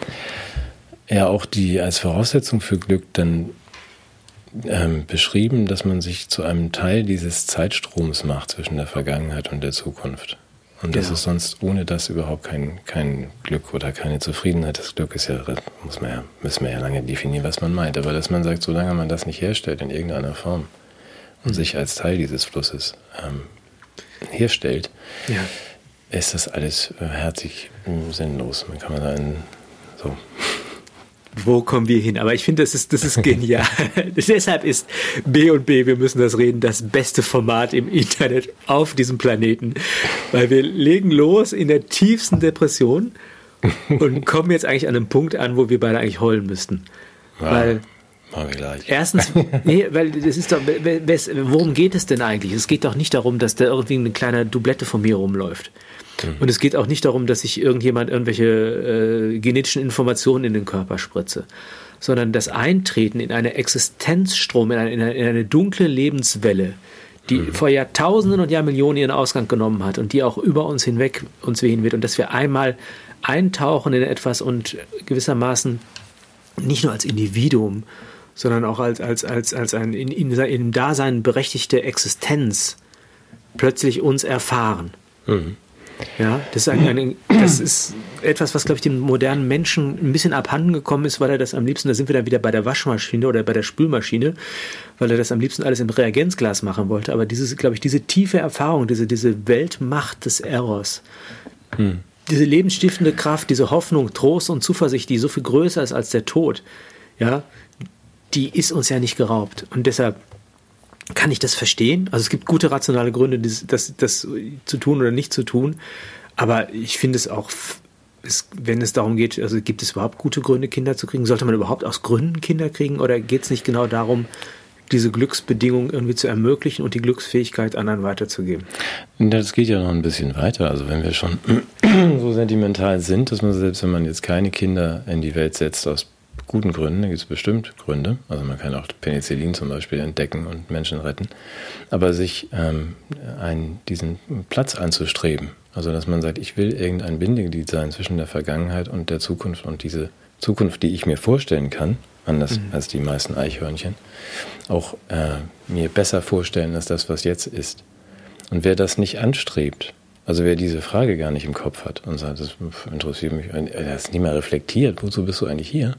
[SPEAKER 1] er auch die als Voraussetzung für Glück dann ähm, beschrieben, dass man sich zu einem Teil dieses Zeitstroms macht zwischen der Vergangenheit und der Zukunft. Und das ja. ist sonst ohne das überhaupt kein, kein Glück oder keine Zufriedenheit. Das Glück ist ja, muss man ja, müssen wir ja lange definieren, was man meint. Aber dass man sagt, solange man das nicht herstellt in irgendeiner Form und mhm. sich als Teil dieses Flusses ähm, herstellt, ja. ist das alles äh, herzlich äh, sinnlos. Man kann man da in, so...
[SPEAKER 2] Wo kommen wir hin? Aber ich finde, das ist, das ist genial. Deshalb ist B und B, wir müssen das reden, das beste Format im Internet auf diesem Planeten. Weil wir legen los in der tiefsten Depression und kommen jetzt eigentlich an einem Punkt an, wo wir beide eigentlich heulen müssten.
[SPEAKER 1] Ja,
[SPEAKER 2] weil
[SPEAKER 1] machen wir gleich.
[SPEAKER 2] Erstens, nee, weil das ist doch, worum geht es denn eigentlich? Es geht doch nicht darum, dass da irgendwie eine kleine Doublette von mir rumläuft. Und es geht auch nicht darum, dass ich irgendjemand irgendwelche äh, genetischen Informationen in den Körper spritze, sondern das Eintreten in eine Existenzstrom, in eine, in eine, in eine dunkle Lebenswelle, die mhm. vor Jahrtausenden und Jahrmillionen ihren Ausgang genommen hat und die auch über uns hinweg uns wehen wird. Und dass wir einmal eintauchen in etwas und gewissermaßen nicht nur als Individuum, sondern auch als, als, als, als ein in, in, in Dasein berechtigte Existenz plötzlich uns erfahren. Mhm. Ja, das ist, eine, eine, das ist etwas, was, glaube ich, dem modernen Menschen ein bisschen abhanden gekommen ist, weil er das am liebsten, da sind wir dann wieder bei der Waschmaschine oder bei der Spülmaschine, weil er das am liebsten alles im Reagenzglas machen wollte. Aber diese, glaube ich, diese tiefe Erfahrung, diese, diese Weltmacht des Eros, hm. diese lebensstiftende Kraft, diese Hoffnung, Trost und Zuversicht, die so viel größer ist als der Tod, ja, die ist uns ja nicht geraubt. Und deshalb kann ich das verstehen. Also es gibt gute rationale Gründe, das, das, das zu tun oder nicht zu tun. Aber ich finde es auch, es, wenn es darum geht, also gibt es überhaupt gute Gründe, Kinder zu kriegen? Sollte man überhaupt aus Gründen Kinder kriegen? Oder geht es nicht genau darum, diese Glücksbedingungen irgendwie zu ermöglichen und die Glücksfähigkeit anderen weiterzugeben?
[SPEAKER 1] Das geht ja noch ein bisschen weiter. Also wenn wir schon so sentimental sind, dass man selbst, wenn man jetzt keine Kinder in die Welt setzt aus guten Gründen, da gibt es bestimmt Gründe, also man kann auch Penicillin zum Beispiel entdecken und Menschen retten, aber sich ähm, einen, diesen Platz anzustreben, also dass man sagt, ich will irgendein Bindeglied sein zwischen der Vergangenheit und der Zukunft und diese Zukunft, die ich mir vorstellen kann, anders mhm. als die meisten Eichhörnchen, auch äh, mir besser vorstellen als das, was jetzt ist. Und wer das nicht anstrebt, also wer diese Frage gar nicht im Kopf hat und sagt, das interessiert mich, er ist nicht mehr reflektiert, wozu bist du eigentlich hier?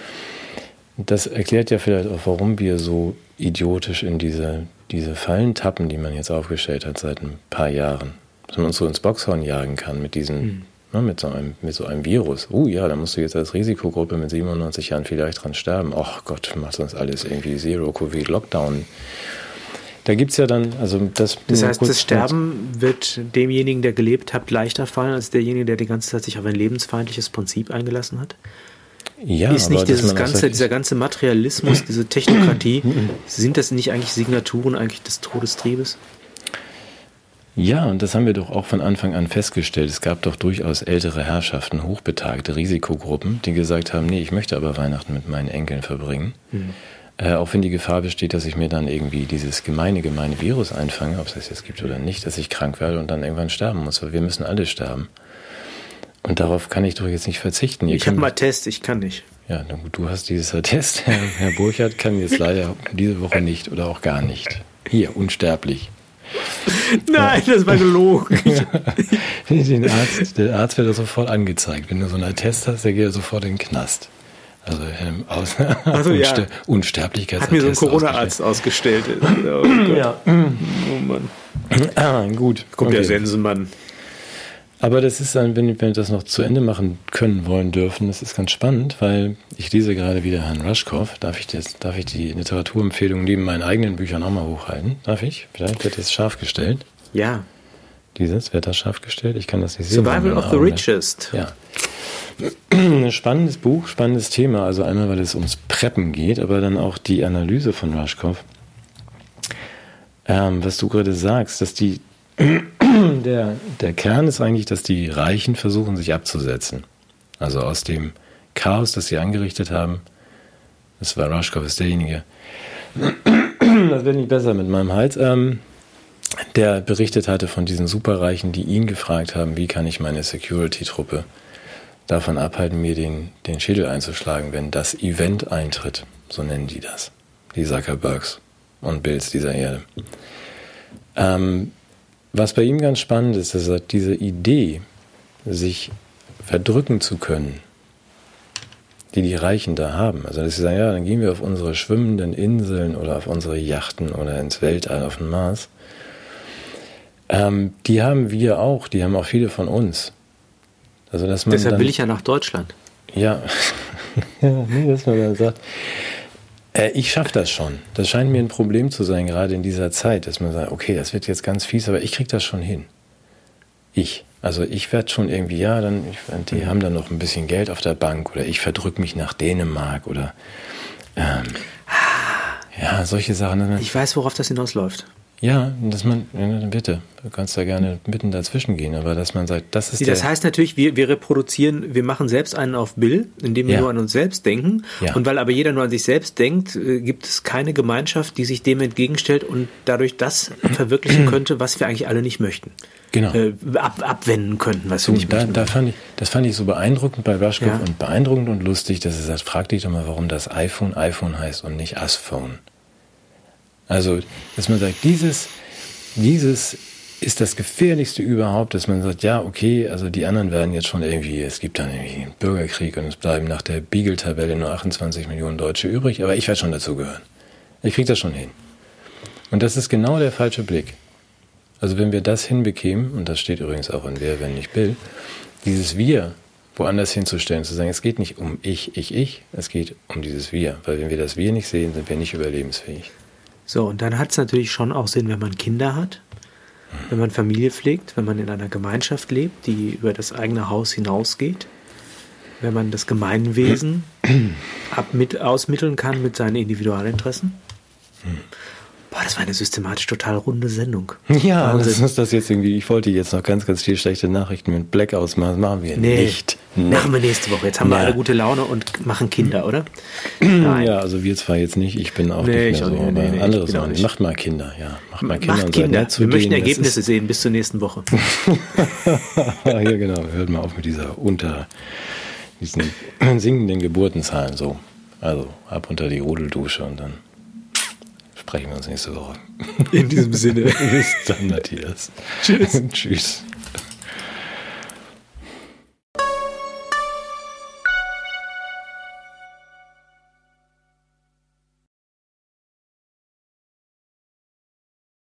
[SPEAKER 1] Das erklärt ja vielleicht auch, warum wir so idiotisch in diese, diese Fallen tappen, die man jetzt aufgestellt hat seit ein paar Jahren. Dass man uns so ins Boxhorn jagen kann mit diesen, mhm. ne, mit so einem, mit so einem Virus. Oh uh, ja, da musst du jetzt als Risikogruppe mit siebenundneunzig Jahren vielleicht dran sterben. Ach Gott, macht uns alles irgendwie Zero-Covid-Lockdown. Da gibt es ja dann, also das...
[SPEAKER 2] Das heißt, das Sterben wird demjenigen, der gelebt hat, leichter fallen, als derjenige, der die ganze Zeit sich auf ein lebensfeindliches Prinzip eingelassen hat? Ja, ist nicht dieses ganze, dieser ganze Materialismus, diese Technokratie, sind das nicht eigentlich Signaturen eigentlich des Todestriebes?
[SPEAKER 1] Ja, und das haben wir doch auch von Anfang an festgestellt. Es gab doch durchaus ältere Herrschaften, hochbetagte Risikogruppen, die gesagt haben, nee, ich möchte aber Weihnachten mit meinen Enkeln verbringen. Mhm. Äh, auch wenn die Gefahr besteht, dass ich mir dann irgendwie dieses gemeine, gemeine Virus einfange, ob es das jetzt gibt oder nicht, dass ich krank werde und dann irgendwann sterben muss, weil wir müssen alle sterben. Und darauf kann ich doch jetzt nicht verzichten. Ihr
[SPEAKER 2] ich habe mal Test, ich kann nicht.
[SPEAKER 1] Ja, du hast dieses Test. Herr, Herr Burchardt kann jetzt leider diese Woche nicht oder auch gar nicht. Hier, unsterblich.
[SPEAKER 2] Nein, ja. Das war gelogen.
[SPEAKER 1] Ja. Den Arzt, der Arzt wird sofort angezeigt. Wenn du so einen Test hast, der geht sofort in den Knast. Also ähm, aus
[SPEAKER 2] also,
[SPEAKER 1] Unster-
[SPEAKER 2] ja.
[SPEAKER 1] Unsterblichkeit.
[SPEAKER 2] Hat mir so ein Corona-Arzt ausgestellt. ausgestellt. Oh ja. Oh Mann.
[SPEAKER 1] Ah, gut.
[SPEAKER 2] Kommt okay. Der Sensenmann.
[SPEAKER 1] Aber das ist dann, wenn wir das noch zu Ende machen können, wollen, dürfen, das ist ganz spannend, weil ich lese gerade wieder Herrn Rushkoff. Darf ich das, darf ich die Literaturempfehlung neben meinen eigenen Büchern auch mal hochhalten? Darf ich? Vielleicht wird das scharf gestellt.
[SPEAKER 2] Ja.
[SPEAKER 1] Dieses, wird das scharf gestellt? Ich kann das nicht sehen.
[SPEAKER 2] Survival of the Richest.
[SPEAKER 1] Ja. Ein spannendes Buch, spannendes Thema. Also einmal, weil es ums Preppen geht, aber dann auch die Analyse von Rushkoff. Ähm, was du gerade sagst, dass die Der, der Kern ist eigentlich, dass die Reichen versuchen, sich abzusetzen. Also aus dem Chaos, das sie angerichtet haben, das war Rushkoff, ist derjenige, das wird nicht besser mit meinem Hals, ähm, der berichtet hatte von diesen Superreichen, die ihn gefragt haben, wie kann ich meine Security-Truppe davon abhalten, mir den, den Schädel einzuschlagen, wenn das Event eintritt. So nennen die das. Die Zuckerbergs und Bills dieser Erde. Ähm, Was bei ihm ganz spannend ist, dass er diese Idee, sich verdrücken zu können, die die Reichen da haben. Also dass sie sagen, ja, dann gehen wir auf unsere schwimmenden Inseln oder auf unsere Yachten oder ins Weltall, auf den Mars. Ähm, die haben wir auch, die haben auch viele von uns. Also, dass man
[SPEAKER 2] Deshalb
[SPEAKER 1] dann,
[SPEAKER 2] will ich ja nach Deutschland.
[SPEAKER 1] Ja, ja nee, dass man dann sagt, ich schaffe das schon. Das scheint mir ein Problem zu sein, gerade in dieser Zeit, dass man sagt, okay, das wird jetzt ganz fies, aber ich kriege das schon hin. Ich. Also ich werde schon irgendwie, ja, dann, ich, die haben dann noch ein bisschen Geld auf der Bank oder ich verdrücke mich nach Dänemark oder ähm, ja, solche Sachen.
[SPEAKER 2] Ich weiß, worauf das hinausläuft.
[SPEAKER 1] Ja, dass man, ja, bitte, du kannst da gerne mitten dazwischen gehen, aber dass man sagt, das ist
[SPEAKER 2] Das heißt natürlich, wir, wir reproduzieren, wir machen selbst einen auf Bill, indem wir ja. nur an uns selbst denken. Ja. Und weil aber jeder nur an sich selbst denkt, gibt es keine Gemeinschaft, die sich dem entgegenstellt und dadurch das verwirklichen könnte, was wir eigentlich alle nicht möchten.
[SPEAKER 1] Genau.
[SPEAKER 2] Äh, ab, abwenden könnten, was
[SPEAKER 1] so,
[SPEAKER 2] wir nicht
[SPEAKER 1] da,
[SPEAKER 2] möchten.
[SPEAKER 1] Da fand ich, das fand ich so beeindruckend bei Rushkoff ja. und beeindruckend und lustig, dass er sagt, frag dich doch mal, warum das iPhone iPhone heißt und nicht Asphone. Also, dass man sagt, dieses, dieses ist das Gefährlichste überhaupt, dass man sagt, ja, okay, also die anderen werden jetzt schon irgendwie, es gibt dann irgendwie einen Bürgerkrieg und es bleiben nach der Beagle-Tabelle nur achtundzwanzig Millionen Deutsche übrig, aber ich werde schon dazugehören. Ich kriege das schon hin. Und das ist genau der falsche Blick. Also wenn wir das hinbekämen, und das steht übrigens auch in Wer, wenn nicht Bill, dieses Wir woanders hinzustellen, zu sagen, es geht nicht um ich, ich, ich, es geht um dieses Wir. Weil wenn wir das Wir nicht sehen, sind wir nicht überlebensfähig.
[SPEAKER 2] So, und dann hat es natürlich schon auch Sinn, wenn man Kinder hat, wenn man Familie pflegt, wenn man in einer Gemeinschaft lebt, die über das eigene Haus hinausgeht, wenn man das Gemeinwesen ab mit, ausmitteln kann mit seinen Individualinteressen. Hm. Boah, das war eine systematisch total runde Sendung.
[SPEAKER 1] Ja, das ist das jetzt irgendwie, ich wollte jetzt noch ganz, ganz viel schlechte Nachrichten mit Black ausmachen, machen wir nee, nicht.
[SPEAKER 2] Nee. Machen wir nächste Woche. Jetzt haben ja. wir alle gute Laune und machen Kinder, oder? Nein.
[SPEAKER 1] Ja, also wir zwar jetzt nicht, ich bin auch nee, nicht mehr so, nicht, aber nee, anderes auch nicht. Macht mal Kinder, ja. Macht mal Kinder.
[SPEAKER 2] Macht Kinder. Wir möchten Ergebnisse sehen bis zur nächsten Woche.
[SPEAKER 1] Ja, genau. Hört mal auf mit dieser unter, diesen sinkenden Geburtenzahlen so. Also ab unter die Rudeldusche und dann sprechen wir uns nächste Woche.
[SPEAKER 2] In diesem Sinne.
[SPEAKER 1] Bis dann, Matthias.
[SPEAKER 2] Tschüss.
[SPEAKER 1] Tschüss.